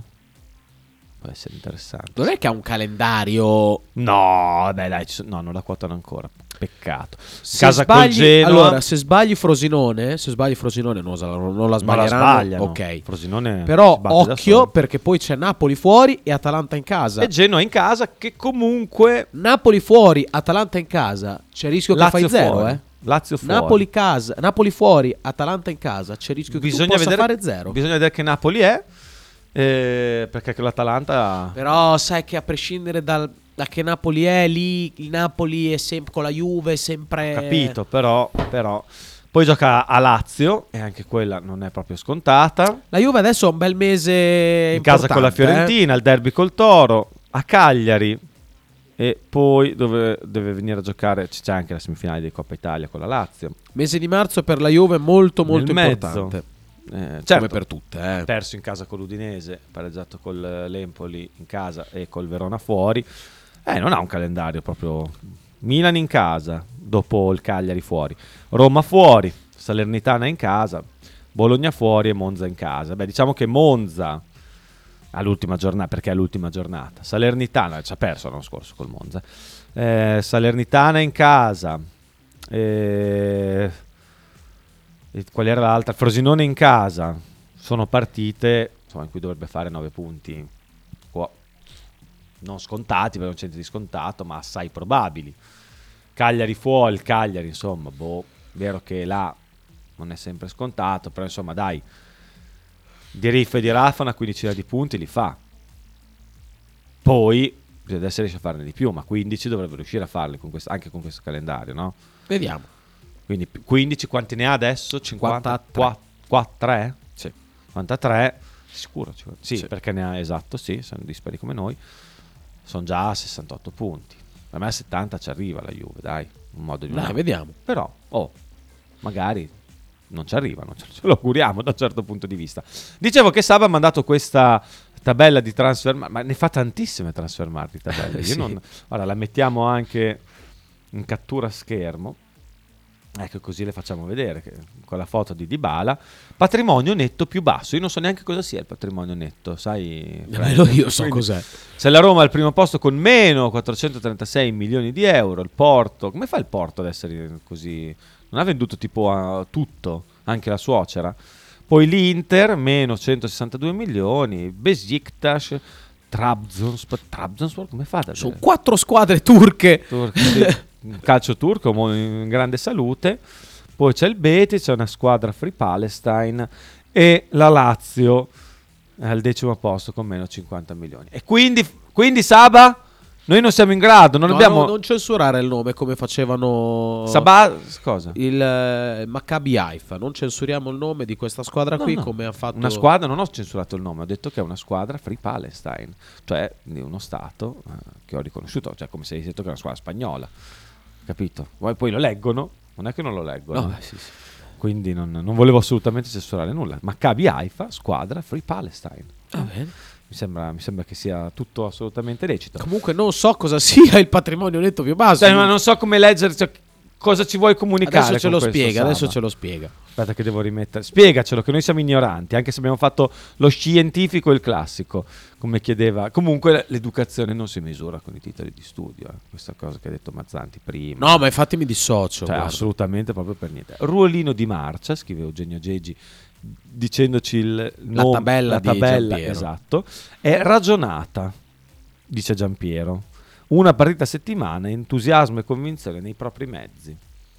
Può essere interessante. Non è che ha un calendario. No, beh, dai, ci so- no, non la quotano ancora. Peccato. Se Casa col sbagli, Genoa. allora, se sbagli Frosinone, se sbagli Frosinone non, la- non la Non la sbaglieranno. sbagliano. Ok. Frosinone Però si batte da occhio solo. perché poi c'è Napoli fuori e Atalanta in casa. E Genoa in casa che comunque Napoli fuori, Atalanta in casa. C'è il rischio che Lazio fai zero, fuori. eh. Lazio fuori. Napoli casa, Napoli fuori, Atalanta in casa. C'è il rischio che Bisogna tu possa vedere, fare zero. Bisogna vedere che Napoli è. eh, perché che l'Atalanta. Però sai che a prescindere dal, da che Napoli è lì, il Napoli è sempre con la Juve, è sempre. Capito, però, però. Poi gioca a Lazio e anche quella non è proprio scontata. La Juve adesso ha un bel mese In casa con la importante, eh. Fiorentina, il derby col Toro, a Cagliari. E poi dove deve venire a giocare, c'è anche la semifinale di Coppa Italia con la Lazio. Mese di marzo per la Juve molto molto Nel importante. mezzo. Eh, Come certo, per tutte, eh. perso in casa con l'Udinese, pareggiato col l'Empoli in casa e col Verona fuori. Eh, non ha un calendario proprio. Milan in casa, dopo il Cagliari fuori. Roma fuori, Salernitana in casa, Bologna fuori e Monza in casa. Beh, diciamo che Monza all'ultima giornata, perché è l'ultima giornata. Salernitana ci ha perso l'anno scorso col Monza. Eh, Salernitana in casa. Eh, e qual era l'altra? Frosinone in casa. Sono partite insomma, in cui dovrebbe fare nove punti. Qua. Non scontati, perché non c'è niente di scontato, ma assai probabili. Cagliari fuori, il Cagliari, insomma, boh, vero che là non è sempre scontato, però insomma, dai, di Riff e di Rafa una quindicina di punti li fa. Poi bisogna essere riesce a farne di più, ma quindici dovrebbe riuscire a farli con questo, anche con questo calendario, no? Vediamo. Quindi quindici quanti ne ha adesso? cinquantatré? Sì. cinquantatré, sicuro? Sì, Sì. perché ne ha, esatto, sì, sono dispari come noi. Sono già a sessantotto punti. Per me a settanta ci arriva la Juve, dai, un modo di Dai, vediamo. Però, oh, magari non ci arrivano, ce lo auguriamo da un certo punto di vista. Dicevo che Saba ha mandato questa tabella di transfer, ma ne fa tantissime transfer market di tabelle. Io Sì. non, ora la mettiamo anche in cattura schermo. Ecco, così le facciamo vedere che, con la foto di Dybala. Patrimonio netto più basso. Io non so neanche cosa sia il patrimonio netto, sai? Nemmeno io so Quindi, cos'è. se la Roma è al primo posto con meno quattrocentotrentasei milioni di euro, il Porto, come fa il Porto ad essere così? Non ha venduto tipo a tutto, anche la suocera. Poi l'Inter, meno centosessantadue milioni, Besiktas, Trabzonspor, Trabzonspor come fate? Sono quattro squadre turche. Turche, sì. Calcio turco mo- in grande salute. Poi c'è il Betis, c'è una squadra Free Palestine e la Lazio è al decimo posto con meno cinquanta milioni. E quindi, quindi Saba, noi non siamo in grado, non No, abbiamo... no, non censurare il nome come facevano Saba, cosa? il eh, Maccabi Haifa. Non censuriamo il nome di questa squadra No, qui no. come ha fatto Una squadra, non ho censurato il nome, ho detto che è una squadra Free Palestine, cioè di uno stato eh, che ho riconosciuto, cioè come se hai detto che è una squadra spagnola, capito? Poi, poi lo leggono, non è che non lo leggono. No, eh, sì, sì. Quindi non, non volevo assolutamente censurare nulla. Maccabi Haifa, squadra Free Palestine. Va bene. Mi sembra, mi sembra che sia tutto assolutamente lecito. Comunque non so cosa sia il patrimonio netto più basso. Cioè, ma non so come leggere, cioè, cosa ci vuoi comunicare. Adesso ce con lo questo, spiega, Saba? adesso ce lo spiega. Aspetta che devo rimettere. Spiegacelo, che noi siamo ignoranti, anche se abbiamo fatto lo scientifico e il classico, come chiedeva. Comunque l'educazione non si misura con i titoli di studio, eh. Questa cosa che ha detto Mazzanti prima. No, ma infatti mi dissocio. Cioè, guarda. assolutamente, proprio per niente. Ruolino di marcia, scrive Eugenio Geggi, dicendoci il La nome- tabella la di tabella, Giampiero. esatto. È ragionata, dice Giampiero. Una partita a settimana, entusiasmo e convinzione nei propri mezzi.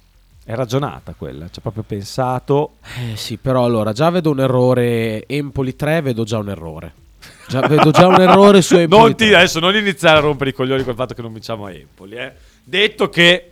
È ragionata quella, ci ha proprio pensato. Eh sì, però allora già vedo un errore. Empoli tre, vedo già un errore. Già, vedo già un errore su Empoli Non ti, tre. adesso non iniziare a rompere i coglioni col fatto che non vinciamo a Empoli. Eh. Detto che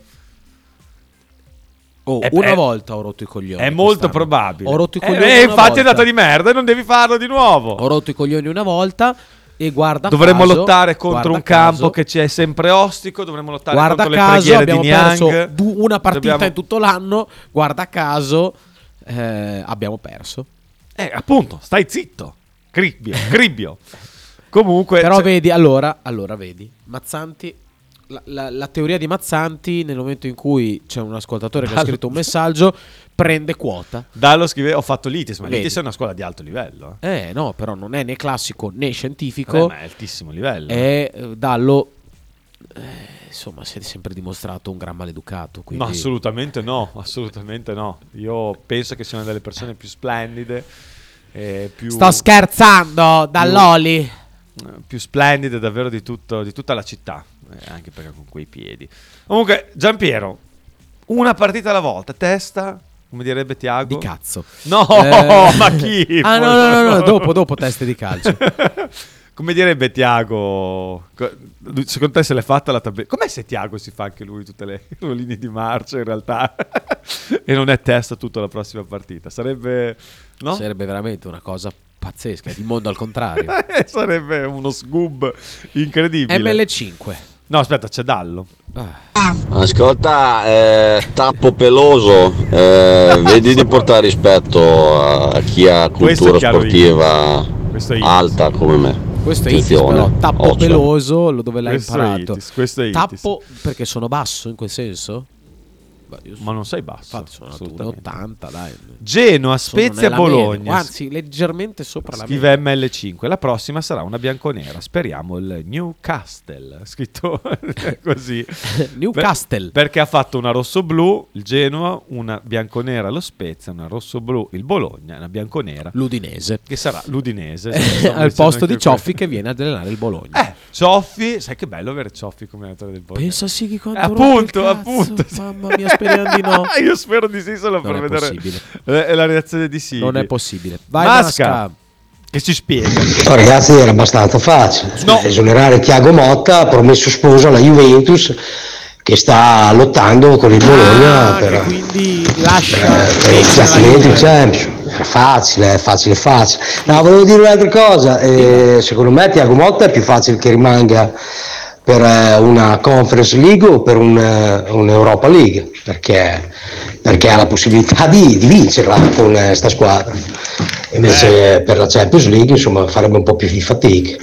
Oh, È- una è- volta ho rotto i coglioni. è molto quest'anno. probabile. Ho rotto i Eh, coglioni. eh, una infatti volta. è andata di merda e non devi farlo di nuovo. Ho rotto i coglioni una volta. E guarda Dovremmo caso, lottare contro guarda un caso, campo che ci è sempre ostico. Dovremmo lottare Guarda contro caso le preghiere abbiamo di perso Niang. du- una partita Dobbiamo- in tutto l'anno. Guarda caso eh, abbiamo perso. Eh, appunto, stai zitto. Cribbio, cribbio. Comunque, Però cioè- vedi, allora, allora vedi, Mazzanti, la, la- la teoria di Mazzanti nel momento in cui c'è un ascoltatore che ha Dallo- scritto un messaggio prende quota. Dallo scrive: ho fatto l'Itis, ma Vedi. l'Itis è una scuola di alto livello. Eh, Eh no, però non è né classico né Eh, scientifico. ma è altissimo livello. E eh, Dallo eh, insomma si è sempre dimostrato un gran maleducato, quindi No, assolutamente no, assolutamente no. Io penso che sia una delle persone più splendide, eh, più, sto scherzando, Dall'Oli. eh, più splendide davvero di, tutto, di tutta la città, eh, anche perché con quei piedi. Comunque, Giampiero, una partita alla volta, testa, come direbbe Tiago. Di cazzo. No, Eh, ma chi? Ah no, no, no, no, dopo, dopo teste di calcio. Come direbbe Tiago, co- secondo te se l'è fatta la tabella? Com'è se Tiago si fa anche lui tutte le linee di marcia in realtà e non è testa tutta la prossima partita? Sarebbe, no? Sarebbe veramente una cosa pazzesca, è il mondo al contrario. Sarebbe uno sgub incredibile. M L cinque. No, aspetta, c'è Dallo. Ascolta, eh, tappo peloso, eh, vedi di portare rispetto a chi ha Questo è cultura chiaro sportiva Questo è Itis. alta come me. Questo è Itis, Attenzione, però tappo occhio. peloso lo- dove l'hai Questo è imparato. Itis, questo è Itis. Tappo perché sono basso in quel senso? Beh, io Ma non sei basso. Infatti sono alto assolutamente. uno e ottanta, dai. Genoa, Sono Spezia, nella media, Bologna. anzi leggermente sopra la Scrive media. M L cinque. La prossima sarà una bianconera. Speriamo il Newcastle. Scritto così. Newcastle. Per- perché ha fatto una rosso-blu il Genoa, una bianconera lo Spezia, una rosso-blu il Bologna, una bianconera L'Udinese. che sarà l'Udinese. Al posto di Cioffi che viene ad allenare il Bologna. Eh, Cioffi, sai che bello avere Cioffi come allenatore del Bologna. Pensa sì che quanto Eh, rompe appunto, il cazzo. appunto. Mamma mia, speriamo di no. Io spero di sì solo Non per è vedere possibile. la, la reazione di Sighi. Non è possibile. Vai, Masca, Masca. che ci spiega. No, ragazzi, era abbastanza facile. No. Esonerare Thiago Motta, ha promesso sposo alla Juventus che sta lottando con il Bologna Ah, per, che quindi lascia per il piazzamento in Champions. Era facile, è facile, facile. No, volevo dire un'altra cosa. Eh, secondo me Thiago Motta è più facile che rimanga per eh, una Conference League o per un, eh, un'Europa League, perché, perché ha la possibilità di, di vincerla con questa squadra. Invece per la Champions League insomma farebbe un po' più di fatica.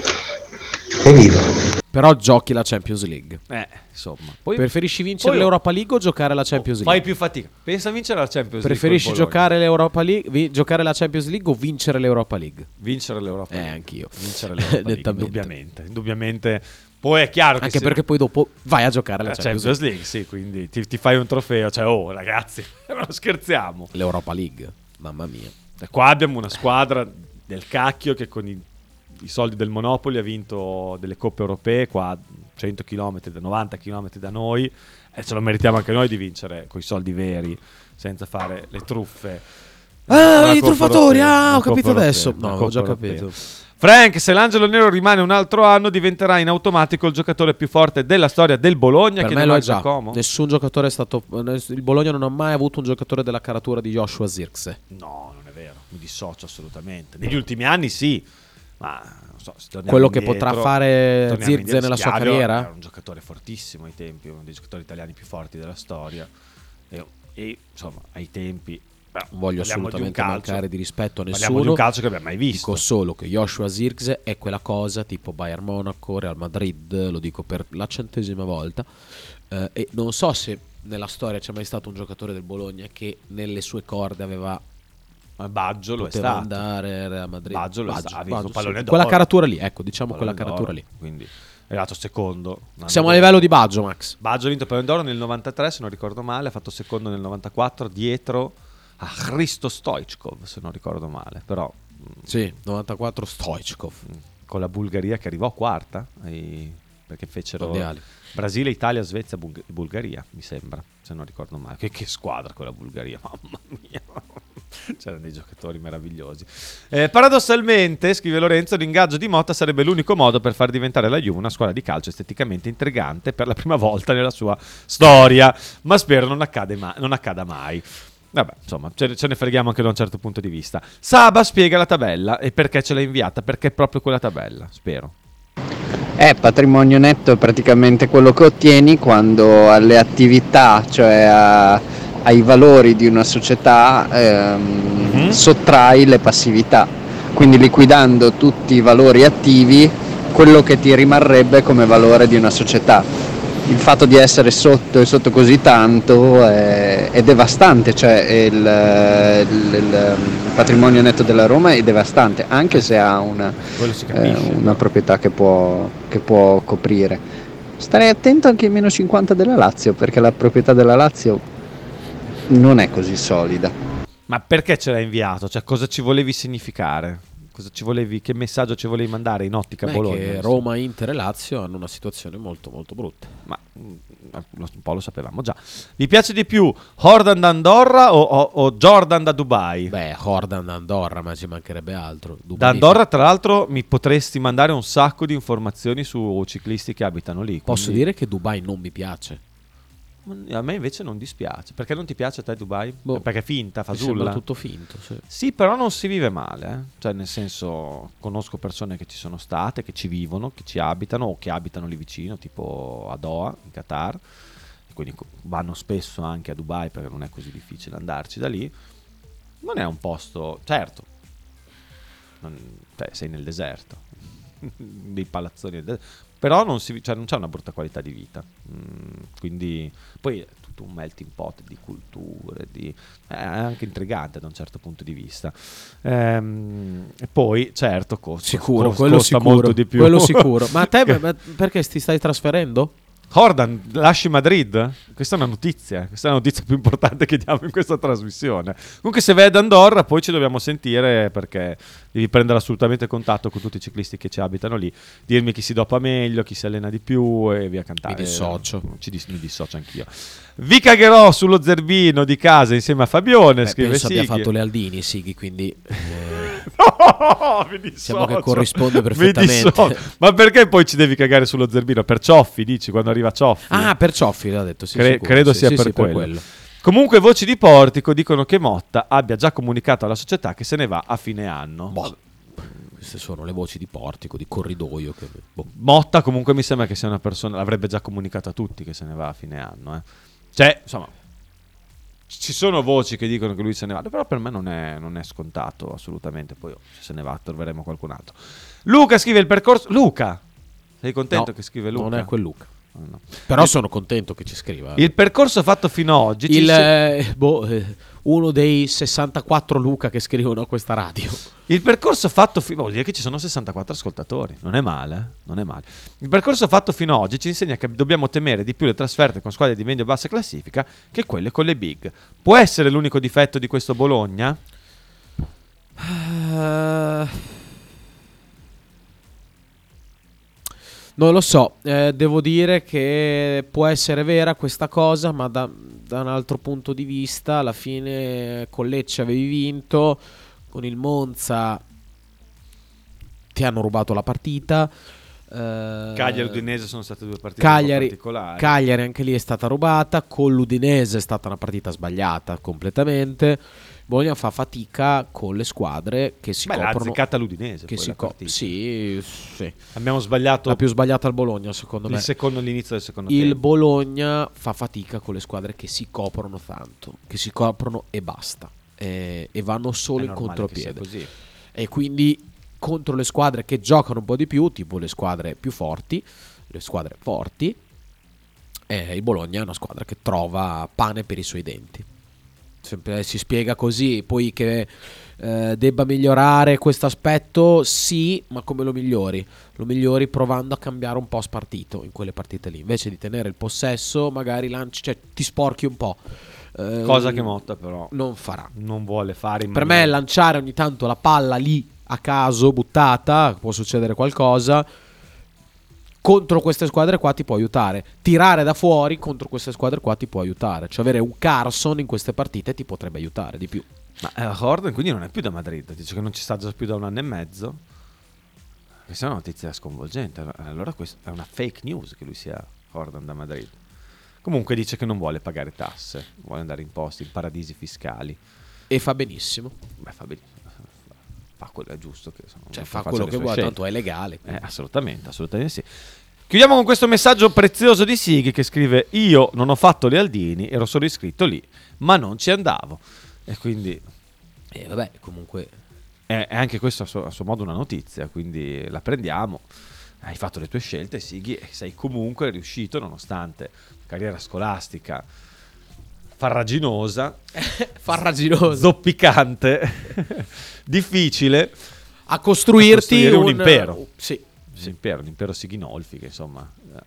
Evviva. Però giochi la Champions League. Eh, insomma. Poi, Preferisci vincere poi- l'Europa League o giocare la Champions League? Fai più fatica. Pensa a vincere la Champions League. Preferisci col Bologna. giocare l'Europa League, vi- giocare la Champions League o vincere l'Europa League? Vincere l'Europa Eh, League. anch'io. Vincere l'Europa League, Nettamente. indubbiamente. Indubbiamente. Poi è chiaro che Anche se- perché poi dopo vai a giocare la la Champions, Champions League, sì, quindi ti, ti fai un trofeo. Cioè, oh, ragazzi, non scherziamo. L'Europa League, mamma mia. E qua abbiamo una squadra del cacchio che con i, i soldi del Monopoli ha vinto delle coppe europee, qua cento chilometri, novanta chilometri da noi, e ce lo meritiamo anche noi di vincere con i soldi veri, senza fare le truffe. Ah, Una i Coppa truffatori, Europea, ah, una ho capito Coppa adesso. Europea, No, una ho già Coppa capito. Europea. Frank, se l'Angelo Nero rimane un altro anno, diventerà in automatico il giocatore più forte della storia del Bologna. Per che me non lo ha è il già. Giacomo. Nessun giocatore è stato. Il Bologna non ha mai avuto un giocatore della caratura di Joshua Zirkzee. No, non è vero, mi dissocio assolutamente. Negli ultimi anni sì, ma non so, se torniamo Quello che indietro- potrà fare torniamo Zirkzee indietro, nella sua Schiavio carriera? Era un giocatore fortissimo ai tempi, uno dei giocatori italiani più forti della storia. E, e, insomma, ai tempi. Beh, Non voglio parliamo di un assolutamente calcio- mancare di rispetto a parliamo nessuno. di un calcio che abbiamo mai visto. Dico solo che Joshua Zirkzee è quella cosa tipo Bayern Monaco, Real Madrid, lo dico per la centesima volta. Eh, e non so se nella storia c'è mai stato un giocatore del Bologna che nelle sue corde aveva. Ma Baggio lo è poteva stato. andare Real Madrid. Baggio lo è Baggio, stato, ha vinto Baggio, un pallone sì. d'oro. Quella caratura lì, ecco, diciamo Pallone quella caratura d'oro, lì. Quindi è arrivato secondo. Siamo a livello di Baggio, Max. Baggio ha vinto il pallone d'oro nel novantatré, se non ricordo male, ha fatto secondo nel novantaquattro dietro a Hristo Stoichkov, se non ricordo male, però sì, novantaquattro Stoichkov con la Bulgaria che arrivò quarta, ai- perché fecero Mondiali. Brasile, Italia, Svezia, Bulg- Bulgaria, mi sembra, se non ricordo male. Che, che squadra quella Bulgaria, mamma mia. C'erano dei giocatori meravigliosi. Eh, paradossalmente, scrive Lorenzo, l'ingaggio di Motta sarebbe l'unico modo per far diventare la Juve una squadra di calcio esteticamente intrigante per la prima volta nella sua storia, ma spero non, accade ma- non accada mai. Vabbè, insomma, ce, ce ne freghiamo anche da un certo punto di vista. Saba spiega la tabella e perché ce l'ha inviata, perché è proprio quella tabella, spero. Eh, patrimonio netto è praticamente quello che ottieni quando alle attività, cioè a- ai valori di una società, ehm, Mhm. sottrai le passività. Quindi liquidando tutti i valori attivi, quello che ti rimarrebbe come valore di una società. Il fatto di essere sotto e sotto così tanto è, è devastante, cioè il, il- il patrimonio netto della Roma è devastante, anche se ha una, Quello si eh, capisce. una proprietà che può, che può coprire. Starei attento anche ai meno cinquanta della Lazio, perché la proprietà della Lazio non è così solida. Ma perché ce l'hai inviato? Cioè, cosa ci volevi significare? Cosa ci volevi, che messaggio ci volevi mandare in ottica Beh, Bologna? che insomma? Roma, Inter e Lazio hanno una situazione molto molto brutta. Ma mm, lo- un po' lo sapevamo già. Vi piace di più Hordan da Andorra o, o- o Jordan da Dubai? Beh, Hordan da Andorra, ma ci mancherebbe altro. Da Dubai- Andorra, tra l'altro, mi potresti mandare un sacco di informazioni su ciclisti che abitano lì. Posso quindi- dire che Dubai non mi piace. A me invece non dispiace. Perché non ti piace a te Dubai? Boh, Perché è finta, mi fasulla. sembra tutto finto, sì. Sì, però non si vive male. eh. Cioè, nel senso, conosco persone che ci sono state, che ci vivono, che ci abitano o che abitano lì vicino, tipo a Doha, in Qatar. E quindi co- vanno spesso anche a Dubai perché non è così difficile andarci da lì. Non è un posto, certo, non- cioè, sei nel deserto, dei palazzoni nel deserto, però non, si, cioè, non c'è una brutta qualità di vita. Mm, quindi poi è tutto un melting pot di culture, di, è anche intrigante da un certo punto di vista. Ehm, e poi, certo, costa, Sicuro, costa, quello costa sicuro, molto di più. quello sicuro. Ma a te ma perché ti stai trasferendo? Hordan, lasci Madrid? Questa è una notizia, questa è la notizia più importante che diamo in questa trasmissione. Comunque se vai ad Andorra poi ci dobbiamo sentire, perché devi prendere assolutamente contatto con tutti i ciclisti che ci abitano lì, dirmi chi si dopa meglio, chi si allena di più e via cantare. Mi dissocio. Ci dis- mi dissocio anch'io. Vi cagherò sullo zerbino di casa insieme a Fabione, Beh, scrive penso abbia Sighi. fatto le Aldini, Sighi, quindi eh, No, mi dissocio. diciamo che corrisponde Mi perfettamente. dissocio. Ma perché poi ci devi cagare sullo zerbino? Per Cioffi, dici, quando arriva Cioffi? Ah, per Cioffi l'ha detto, sì, Cre- sicuro, credo sì, sia sì, per, sì, quello. per quello. Comunque voci di Portico dicono che Motta abbia già comunicato alla società che se ne va a fine anno. Boh. queste sono le voci di portico, di corridoio. Che, boh. Motta comunque mi sembra che sia una persona, l'avrebbe già comunicato a tutti che se ne va a fine anno. Eh. Cioè, insomma, ci sono voci che dicono che lui se ne va, però per me non è, non è scontato assolutamente. Poi se se ne va troveremo qualcun altro. Luca scrive il percorso. Luca, sei contento No, che scrive Luca? non è quel Luca. Oh, no. Però il, sono contento che ci scriva. Il percorso fatto fino ad oggi. Il, ci eh, boh, eh, uno dei sessantaquattro Luca che scrivono a questa radio. Il percorso fatto fino vuol dire che ci sono sessantaquattro ascoltatori. Non è male, eh? Non è male. Il percorso fatto fino ad oggi ci insegna che dobbiamo temere di più le trasferte con squadre di medio e bassa classifica che quelle con le big. Può essere l'unico difetto di questo Bologna? Uh, non lo so, eh, devo dire che può essere vera questa cosa, ma da, da un altro punto di vista, alla fine con Lecce avevi vinto, con il Monza ti hanno rubato la partita. Uh, Cagliari e Udinese sono state due partite Cagliari, particolari. Cagliari anche lì è stata rubata, con l'Udinese è stata una partita sbagliata completamente. Bologna fa fatica con le squadre che si Beh, coprono. l'ha azzeccata l'Udinese. Che poi si la co- partita. sì, sì. Abbiamo sbagliato La più sbagliata al Bologna, secondo il me. secondo, l'inizio del secondo Il tempo. Bologna fa fatica con le squadre che si coprono tanto, che si coprono e basta. E, e vanno solo È in normale che sia contropiede. così. E quindi contro le squadre che giocano un po' di più, tipo le squadre più forti, le squadre forti, eh, il Bologna è una squadra che trova pane per i suoi denti. Sempre si spiega così, poi che eh, debba migliorare questo aspetto, sì, ma come lo migliori? Lo migliori provando a cambiare un po' spartito in quelle partite lì, invece di tenere il possesso, magari lanci, cioè ti sporchi un po'. Eh, Cosa che Motta però non farà. Non vuole fare in Per maniera- me lanciare ogni tanto la palla lì a caso, buttata, può succedere qualcosa. Contro queste squadre qua ti può aiutare. Tirare da fuori contro queste squadre qua ti può aiutare. Cioè avere un Carson in queste partite ti potrebbe aiutare di più. Ma eh, Horton quindi non è più da Madrid, dice che non ci sta già più da un anno e mezzo. Questa è una notizia sconvolgente. Allora questa è una fake news che lui sia Horton da Madrid. Comunque dice che non vuole pagare tasse, vuole andare in posti, in paradisi fiscali. E fa benissimo. Beh, fa benissimo. Fa quello è giusto che insomma, Cioè non fa faccia quello le che sue vuole, scelte. tanto è legale. Eh, assolutamente, assolutamente sì. Chiudiamo con questo messaggio prezioso di Sighi che scrive: io non ho fatto le Aldini, ero solo iscritto lì, ma non ci andavo. E quindi E vabbè, comunque è, è anche questo a suo, a suo modo una notizia, quindi la prendiamo. Hai fatto le tue scelte, Sighi, e sei comunque riuscito, nonostante carriera scolastica farraginosa, farraginosa, zoppicante, difficile, a costruirti a costruire un, un- impero. sì, un impero, l'impero Sighinolfi che insomma eh,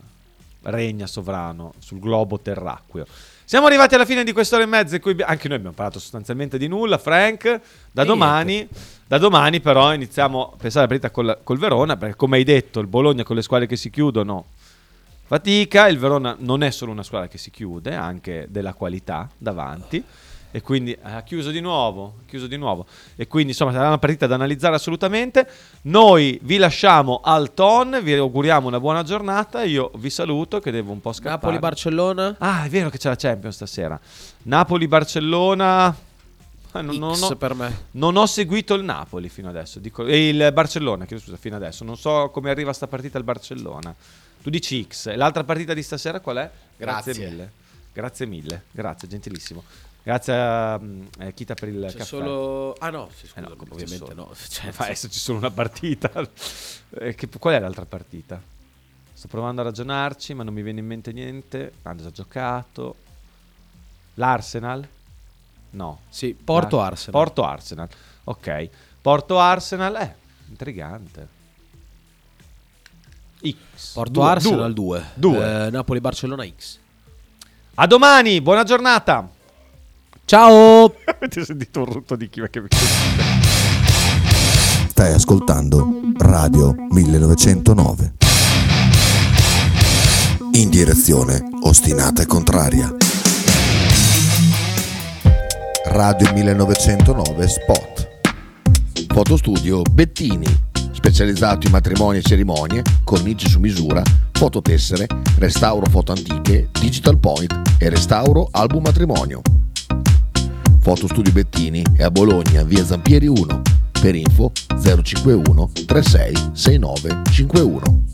regna sovrano sul globo terracqueo. Siamo arrivati alla fine di quest'ora e mezza in cui abbi- anche noi abbiamo parlato sostanzialmente di nulla. Frank, da E domani, da domani però iniziamo a pensare alla partita col, col Verona, perché come hai detto il Bologna con le squadre che si chiudono fatica, il Verona non è solo una squadra che si chiude, ha anche della qualità davanti e quindi ha chiuso di nuovo, ha chiuso di nuovo e quindi insomma sarà una partita da analizzare assolutamente. Noi vi lasciamo al ton, vi auguriamo una buona giornata, io vi saluto che devo un po' scappare. Napoli-Barcellona. Ah, è vero che c'è la Champions stasera. Napoli-Barcellona. Eh, non, non X ho, per me. non ho seguito il Napoli fino adesso, dico, e il Barcellona, chiedo scusa, fino adesso. Non so come arriva sta partita al Barcellona. Tu dici X. E l'altra partita di stasera qual è? Grazie, Grazie. mille. Grazie mille. Grazie, gentilissimo. Grazie a eh, Kita per il C'è caffè. solo ah no, sì, Eh no, scusa, come ovviamente c'è solo? no. Cioè, Ma adesso ci sono una partita. Eh, che- qual è l'altra partita? Sto provando a ragionarci, ma non mi viene in mente niente. Hanno già giocato. L'Arsenal? No. Sì, Porto L'Ar- Arsenal. Porto Arsenal. Ok. Porto Arsenal. Eh, intrigante. X. Porto Due, Arsenal due. due. Due. Eh, Napoli-Barcellona X. A domani, buona giornata. Ciao. Avete sentito un rutto di chi che Stai ascoltando Radio millenovecentonove. In direzione ostinata e contraria. Radio millenovecentonove Spot. Fotostudio Bettini, specializzato in matrimoni e cerimonie, cornici su misura, fototessere, restauro foto antiche, digital point e restauro album matrimonio. Fotostudio Bettini è a Bologna, via Zampieri uno, Per info zero cinque uno tre sei sei nove cinque uno.